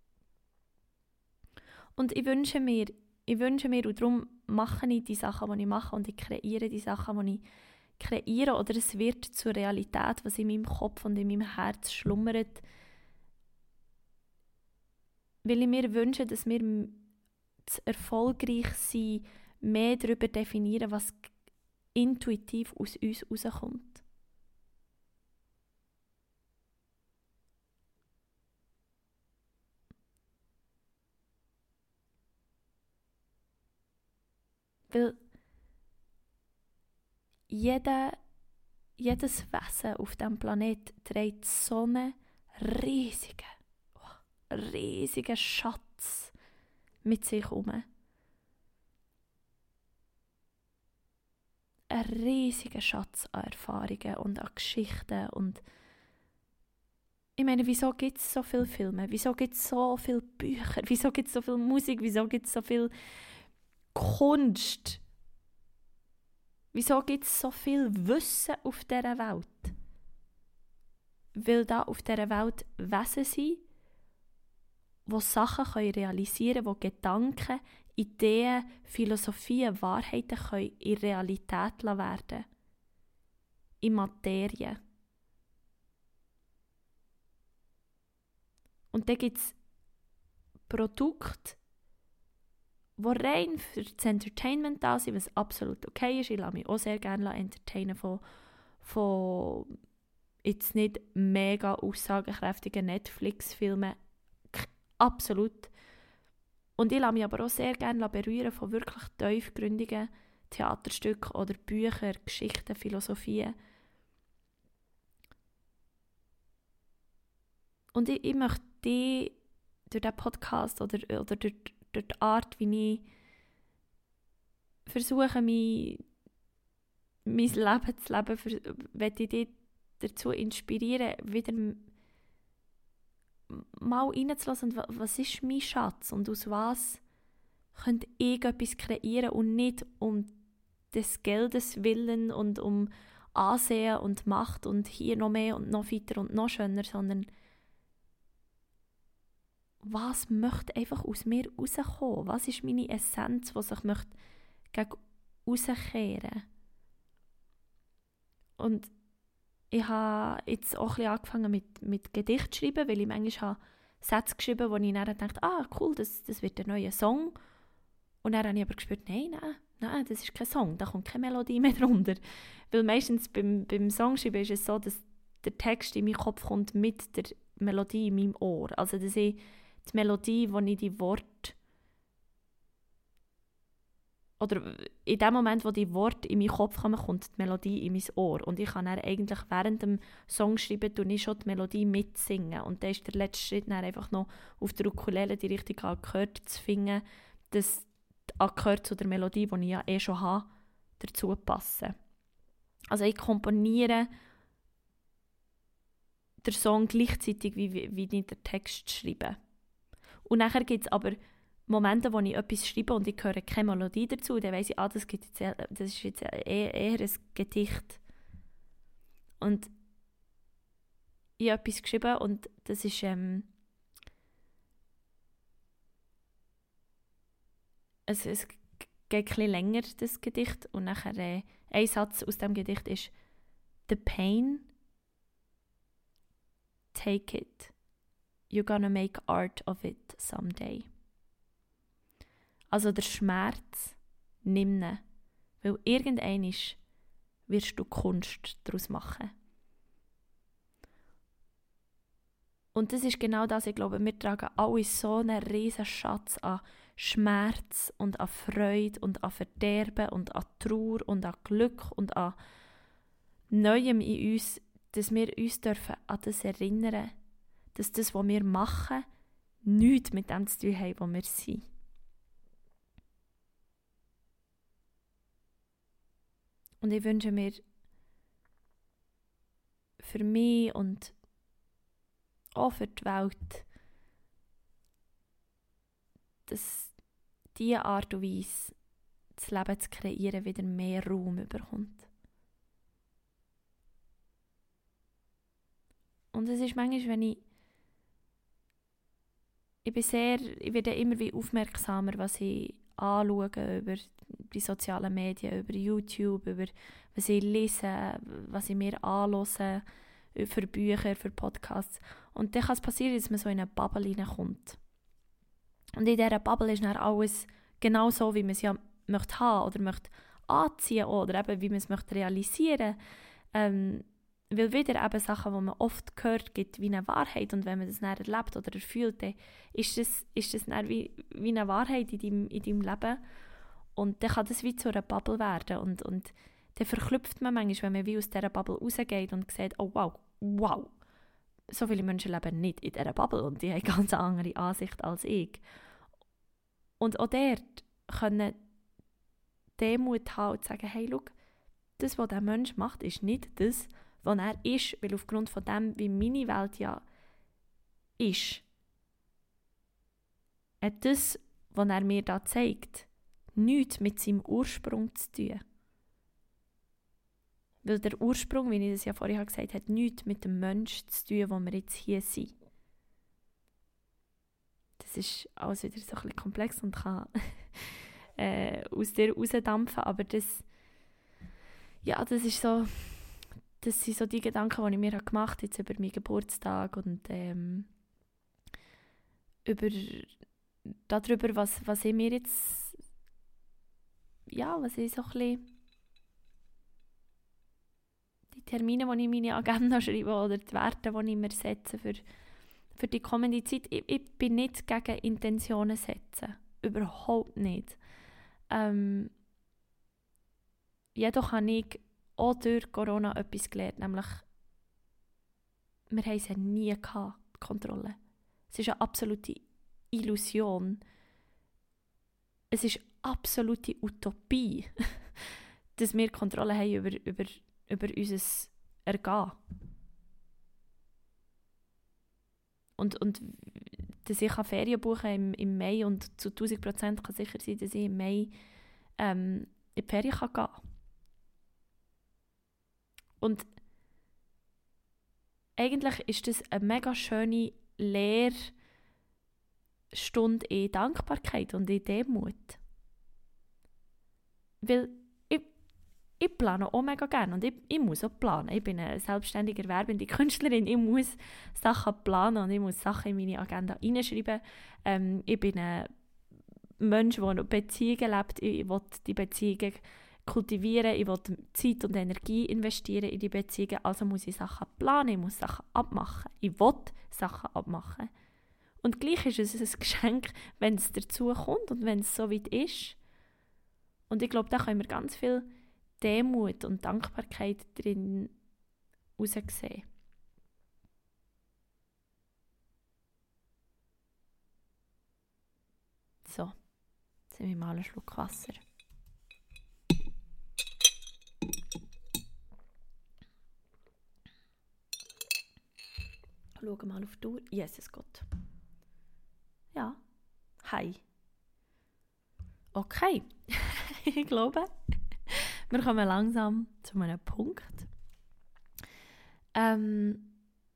S1: Und ich wünsche mir, ich wünsche mir, und darum mache ich die Sachen, die ich mache und ich kreiere die Sachen, die ich kreiere, oder es wird zur Realität, was in meinem Kopf und in meinem Herz schlummert, weil ich mir wünsche, dass wir das Erfolgreichsein mehr darüber definieren, was intuitiv aus uns rauskommt. Weil jeder, jedes Wesen auf diesem Planeten trägt so einen riesigen, oh, riesigen Schatz mit sich herum. Ein riesiger Schatz an Erfahrungen und an Geschichten. Und ich meine, wieso gibt es so viele Filme? Wieso gibt es so viele Bücher? Wieso gibt es so viel Musik? Wieso gibt es so viel Kunst? Wieso gibt es so viel Wissen auf dieser Welt? Weil da auf dieser Welt Wesen sind, die Sachen realisieren können, die Gedanken, Ideen, Philosophien, Wahrheiten können in Realität werden können. In Materie. Und dann gibt es Produkte, die rein für das Entertainment da sind, was absolut okay ist. Ich lasse mich auch sehr gerne entertainen von, von jetzt nicht mega aussagekräftigen Netflix-Filmen. Absolut. Und ich lasse mich aber auch sehr gerne berühren von wirklich tiefgründigen Theaterstücken oder Büchern, Geschichten, Philosophien. Und ich, ich möchte die durch diesen Podcast oder, oder durch, durch die Art, wie ich versuche, mein, mein Leben zu leben, möchte ich dich dazu inspirieren, wieder mal reinzulassen, was ist mein Schatz und aus was könnte ich etwas kreieren und nicht um des Geldes willen und um Ansehen und Macht und hier noch mehr und noch weiter und noch schöner, sondern was möchte einfach aus mir rauskommen? Was ist meine Essenz, die sich möchte gegen rauskehren? Und ich habe jetzt auch ein bisschen angefangen mit, mit Gedicht zu schreiben, weil ich manchmal habe Sätze geschrieben habe, wo ich dann dachte, ah cool, das, das wird ein neuer Song. Und dann habe ich aber gespürt, nein, nein, nein, das ist kein Song, da kommt keine Melodie mehr drunter. Weil meistens beim, beim Songschreiben ist es so, dass der Text in meinen Kopf kommt mit der Melodie in meinem Ohr. Also dass ich die Melodie, wo ich die Worte oder in dem Moment, wo die Worte in meinen Kopf kommen, kommt die Melodie in mein Ohr. Und ich kann dann eigentlich während dem Song schreiben, tue ich schon die Melodie mitsingen. Und dann ist der letzte Schritt dann einfach noch auf der Ukulele die richtigen Akkorde zu finden, dass die Akkorde zu der Melodie, die ich ja eh schon habe, dazu passen. Also ich komponiere den Song gleichzeitig, wie, wie, wie ich den Text schreibe. Und nachher gibt es aber Momente, wo ich etwas schreibe und ich höre keine Melodie dazu, dann weiss ich, ah, das, gibt jetzt, das ist jetzt eher, eher ein Gedicht. Und ich habe etwas geschrieben und das ist ähm, es, es geht ein bisschen länger, das Gedicht. Und nachher äh, ein Satz aus dem Gedicht ist «The pain, take it. You're gonna make art of it someday.» Also der Schmerz, nimm ihn, weil irgendwann wirst du Kunst daraus machen. Und das ist genau das, ich glaube, wir tragen alle so einen riesen Schatz an Schmerz und an Freude und an Verderben und an Trauer und an Glück und an Neuem in uns, dass wir uns dürfen an das erinnern, dass das, was wir machen, nichts mit dem zu tun hat, wo wir sind. Und ich wünsche mir für mich und auch für die Welt, dass diese Art und Weise, das Leben zu kreieren, wieder mehr Raum bekommt. Und es ist manchmal, wenn ich ich bin sehr, ich werde immer wie aufmerksamer, was ich anschaue über die sozialen Medien, über YouTube, über was ich lese, was ich mir anhöre, für Bücher, für Podcasts. Und dann kann es passieren, dass man so in eine Bubble hineinkommt. Und in dieser Bubble ist dann alles genau so, wie man es ja möchte haben oder möchte anziehen oder eben, wie man es möchte realisieren. Ähm, weil wieder eben Sachen, die man oft hört, gibt wie eine Wahrheit. Und wenn man das dann erlebt oder erfüllt, dann ist das, ist das dann wie, wie eine Wahrheit in deinem, in deinem Leben. Und dann kann das wie zu einer Bubble werden. Und, und dann verklüpft man manchmal, wenn man wie aus dieser Bubble rausgeht und sieht, oh wow, wow, so viele Menschen leben nicht in dieser Bubble und die haben eine ganz andere Ansicht als ich. Und auch dort können Demut haben und sagen, hey, schau, das, was dieser Mensch macht, ist nicht das, was er ist, weil aufgrund von dem, wie meine Welt ja ist, hat das, was er mir da zeigt, nichts mit seinem Ursprung zu tun. Weil der Ursprung, wie ich das ja vorhin gesagt habe, hat nichts mit dem Menschen zu tun, wo wir jetzt hier sind. Das ist alles wieder so ein bisschen komplex und kann äh, aus dir rausdampfen, aber das, ja, das ist so, das sind so die Gedanken, die ich mir habe gemacht habe, jetzt über meinen Geburtstag und ähm, über, darüber, was, was ich mir jetzt, ja, was ich so ein bisschen, die Termine, die ich in meine Agenda schreibe oder die Werte, die ich mir setze für, für die kommende Zeit. Ich, ich bin nicht gegen Intentionen setzen. Überhaupt nicht. Ähm, jedoch habe ich auch durch Corona etwas gelernt, nämlich wir haben es ja nie gehabt, die Kontrolle. Es ist eine absolute Illusion. Es ist absolute Utopie, dass wir Kontrolle haben über, über, über unser Ergehen. Und, und dass ich Ferien buchen im, im Mai und zu tausend Prozent kann sicher sein, dass ich im Mai ähm, in die Ferien kann gehen kann. Und eigentlich ist das eine mega schöne Lehrstunde in Dankbarkeit und in Demut. Weil ich, ich plane auch mega gerne und ich, ich muss auch planen. Ich bin eine selbstständig erwerbende Künstlerin, ich muss Sachen planen und ich muss Sachen in meine Agenda reinschreiben. Ähm, ich bin ein Mensch, der noch Beziehungen lebt. Ich will die Beziehungen kultivieren, ich will Zeit und Energie investieren in die Beziehungen, also muss ich Sachen planen, ich muss Sachen abmachen. Ich will Sachen abmachen. Und gleich ist es ein Geschenk, wenn es dazu kommt und wenn es so weit ist. Und ich glaube, da können wir ganz viel Demut und Dankbarkeit drin heraussehen. So, jetzt nehme ich mal einen Schluck Wasser. Schauen mal auf die Uhr. Jesus Gott. Ja. Hi. Okay. Ich glaube, wir kommen langsam zu einem Punkt. Ähm,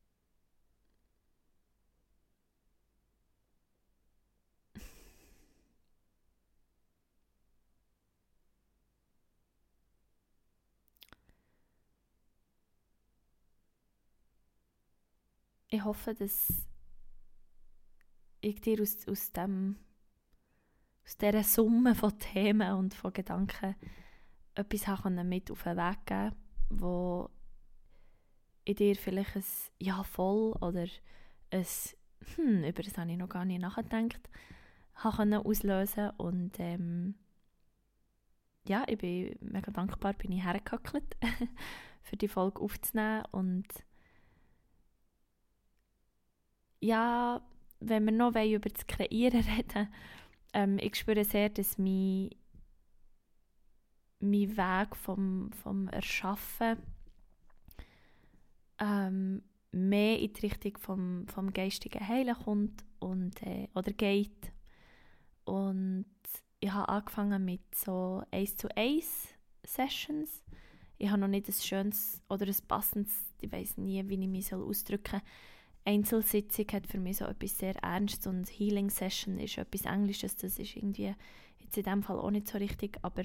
S1: ich hoffe, dass ich dir aus, aus, dem, aus dieser Summe von Themen und von Gedanken etwas mit auf den Weg geben, wo in dir vielleicht ein «Ja, voll» oder ein «Hm, über das habe ich noch gar nicht nachgedacht» auslösen und ähm, ja, ich bin mega dankbar, bin ich hergehackelt, für die Folge aufzunehmen und ja, wenn wir noch über das Kreieren reden, ähm, ich spüre sehr, dass mein, mein Weg vom, vom Erschaffen ähm, mehr in die Richtung vom, vom geistigen Heilen kommt und, äh, oder geht. Und ich habe angefangen mit so eins zu eins Sessions. Ich habe noch nicht ein schönes oder ein passendes, ich weiss nie, wie ich mich ausdrücken soll. Einzelsitzung hat für mich so etwas sehr Ernstes und Healing Session ist etwas Englisches. Das ist irgendwie jetzt in diesem Fall auch nicht so richtig. Aber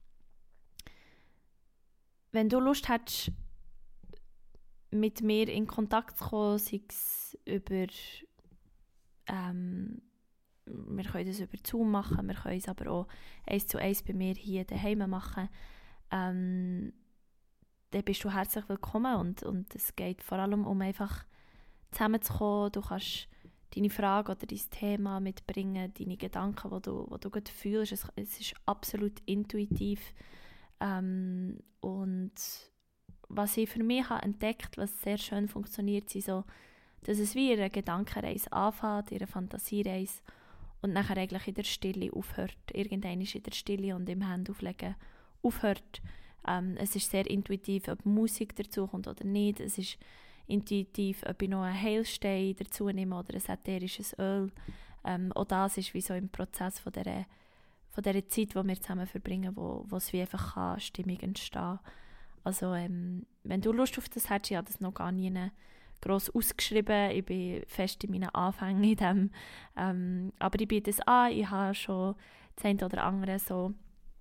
S1: wenn du Lust hättest, mit mir in Kontakt zu kommen, sei es über ähm, wir können das über Zoom machen, wir können es aber auch eins zu eins bei mir hier daheim machen. Ähm, dann bist du herzlich willkommen und, und es geht vor allem um einfach zusammenzukommen. Du kannst deine Frage oder dein Thema mitbringen, deine Gedanken, die du, die du gerade fühlst. Es, es ist absolut intuitiv. Ähm, und was ich für mich habe entdeckt, was sehr schön funktioniert, sind so, dass es wie in einer Gedankenreise anfängt, in einer Fantasiereise und nachher eigentlich in der Stille aufhört. Irgendwann ist in der Stille und im Händauflegen aufhört. Ähm, es ist sehr intuitiv, ob Musik dazu kommt oder nicht. Es ist intuitiv, ob ich noch einen Heilstein dazu nehme oder ein ätherisches Öl. Ähm, auch das ist wie so im Prozess von dieser, von dieser Zeit, die wir zusammen verbringen, wo, wo es wie einfach kann, Stimmung entstehen. Also ähm, wenn du Lust auf das hast, ich habe das noch gar nie gross ausgeschrieben, ich bin fest in meinen Anfängen in dem, ähm, aber ich biete es an, ich habe schon das eine oder andere so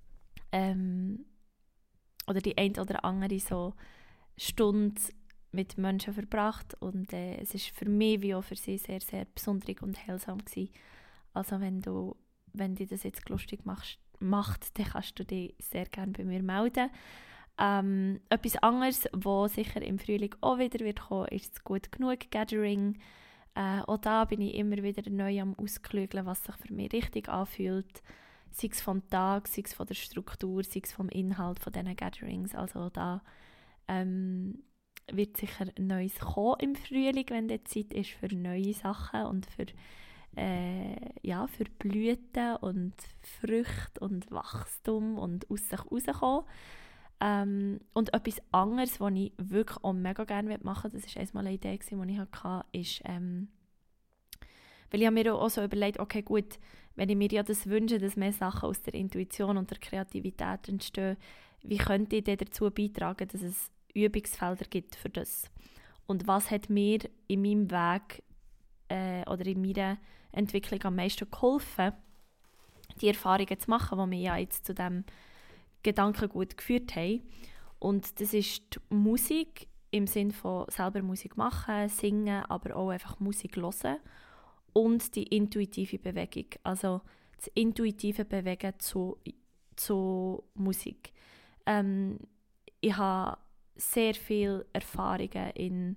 S1: ähm, oder die eine oder andere so Stunde mit Menschen verbracht und äh, es ist für mich wie auch für sie sehr, sehr besonders und heilsam gewesen. Also wenn du, wenn dich das jetzt lustig machst, macht, dann kannst du dich sehr gerne bei mir melden. Ähm, etwas anderes, was sicher im Frühling auch wieder wird kommen, ist das Gut genug Gathering. Äh, auch da bin ich immer wieder neu am Ausklügeln, was sich für mich richtig anfühlt. Sei es vom Tag, sei es von der Struktur, sei es vom Inhalt von diesen Gatherings. Also auch da ähm, wird sicher Neues kommen im Frühling, wenn die Zeit ist für neue Sachen und für, äh, ja, für Blüten und Früchte und Wachstum und aus sich rauskommen. Ähm, und etwas anderes, was ich wirklich auch mega gerne machen möchte, das war einmal eine Idee, die ich hatte, ist, ähm, weil ich habe mir auch so überlegt, okay gut, wenn ich mir ja das wünsche, dass mehr Sachen aus der Intuition und der Kreativität entstehen, wie könnte ich denn dazu beitragen, dass es Übungsfelder gibt für das? Und was hat mir in meinem Weg äh, oder in meiner Entwicklung am meisten geholfen, die Erfahrungen zu machen, die mich ja jetzt zu dem Gedankengut geführt haben. Und das ist die Musik im Sinne von selber Musik machen, singen, aber auch einfach Musik hören und die intuitive Bewegung, also das intuitive Bewegen zu, zu Musik. Ähm, ich habe sehr viele Erfahrungen in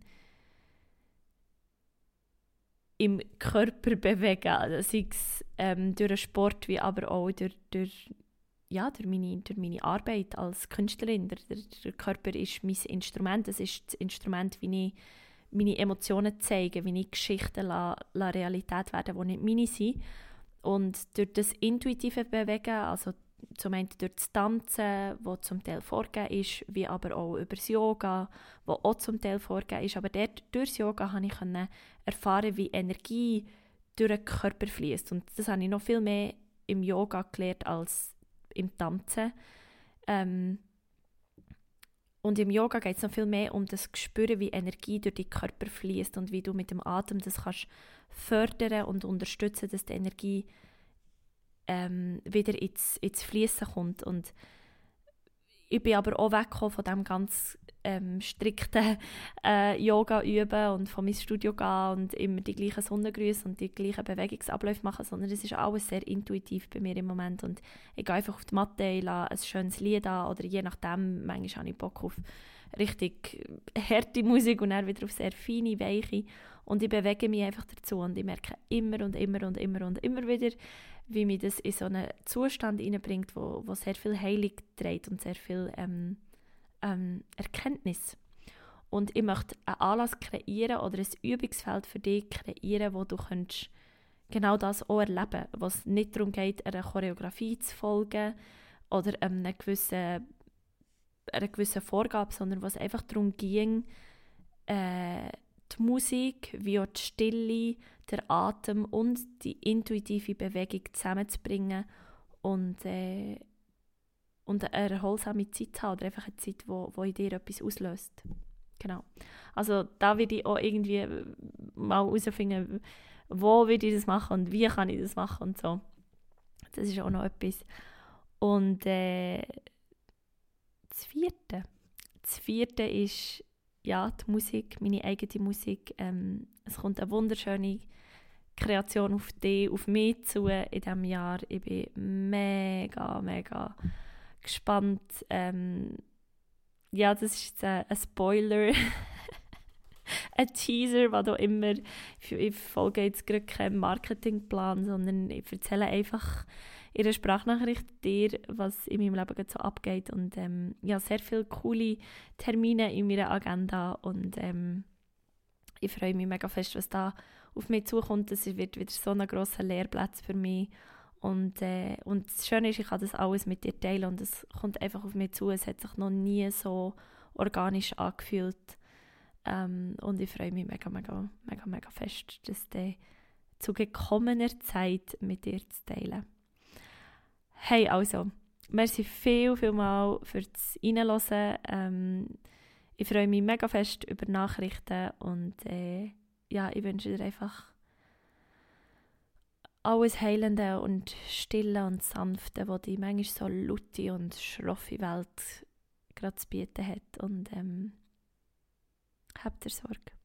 S1: im Körper bewegen, also sei es ähm, durch den Sport, wie aber auch durch, durch ja, durch meine, durch meine Arbeit als Künstlerin. Der, der, der Körper ist mein Instrument. Es ist das Instrument, wie ich meine Emotionen zeige, wie ich Geschichten la, la Realität werden, die nicht meine sind. Und durch das intuitive Bewegen, also zum einen durch das Tanzen, das zum Teil vorgegeben ist, wie aber auch über das Yoga, das auch zum Teil vorgegeben ist. Aber dort, durch das Yoga konnte ich erfahren, wie Energie durch den Körper fließt. Und das habe ich noch viel mehr im Yoga gelernt als im Tanzen. Ähm, und im Yoga geht es noch viel mehr um das Gespür, wie Energie durch den Körper fließt und wie du mit dem Atem das kannst fördern und unterstützen, dass die Energie ähm, wieder ins, ins Fließen kommt. Und ich bin aber auch weggekommen von dem ganz ähm, strikten äh, Yoga üben und von meinem Studio gehen und immer die gleichen Sonnengrüße und die gleichen Bewegungsabläufe machen, sondern es ist alles sehr intuitiv bei mir im Moment und ich gehe einfach auf die Matte, ich lasse ein schönes Lied an oder je nachdem, manchmal habe ich Bock auf richtig harte Musik und dann wieder auf sehr feine, weiche und ich bewege mich einfach dazu und ich merke immer und immer und immer und immer wieder, wie mich das in so einen Zustand hineinbringt, wo, wo sehr viel Heilung trägt und sehr viel ähm, ähm, Erkenntnis. Und ich möchte einen Anlass kreieren oder ein Übungsfeld für dich kreieren, wo du könntest genau das auch erleben kannst, wo es nicht darum geht, einer Choreografie zu folgen oder einer gewissen, einer gewissen Vorgabe, sondern wo es einfach darum ging, äh, die Musik, wie auch die Stille, der Atem und die intuitive Bewegung zusammenzubringen und, äh, und eine erholsame Zeit zu haben oder einfach eine Zeit, wo, wo in dir etwas auslöst. Genau. Also da würde ich auch irgendwie mal herausfinden, wo würde ich das machen und wie kann ich das machen und so. Das ist auch noch etwas. Und äh, das Vierte. Das Vierte ist ja, die Musik, meine eigene Musik. Ähm, es kommt eine wunderschöne Kreation auf dich, auf mich zu in diesem Jahr. Ich bin mega, mega gespannt. Ähm, ja, das ist jetzt ein, ein Spoiler, ein Teaser, was da immer, ich folge jetzt gerade keinen Marketingplan, sondern ich erzähle einfach in einer Sprachnachricht dir, was in meinem Leben so abgeht. Und ähm, ja, sehr viele coole Termine in meiner Agenda und ähm, ich freue mich mega fest, was da auf mich zukommt. Das wird wieder so ein grosser Lehrplatz für mich. Und, äh, und das Schöne ist, ich kann das alles mit dir teilen und es kommt einfach auf mich zu. Es hat sich noch nie so organisch angefühlt. Ähm, und ich freue mich mega, mega, mega, mega fest, das dann zu gekommener Zeit mit dir zu teilen. Hey, also, merci viel, viel mal fürs Reinhören. Ähm, ich freue mich mega fest über Nachrichten und äh, ja, ich wünsche dir einfach alles Heilende und Stille und Sanfte, was die manchmal so laute und schroffe Welt gerade zu bieten hat. Und ähm, habt ihr Sorge.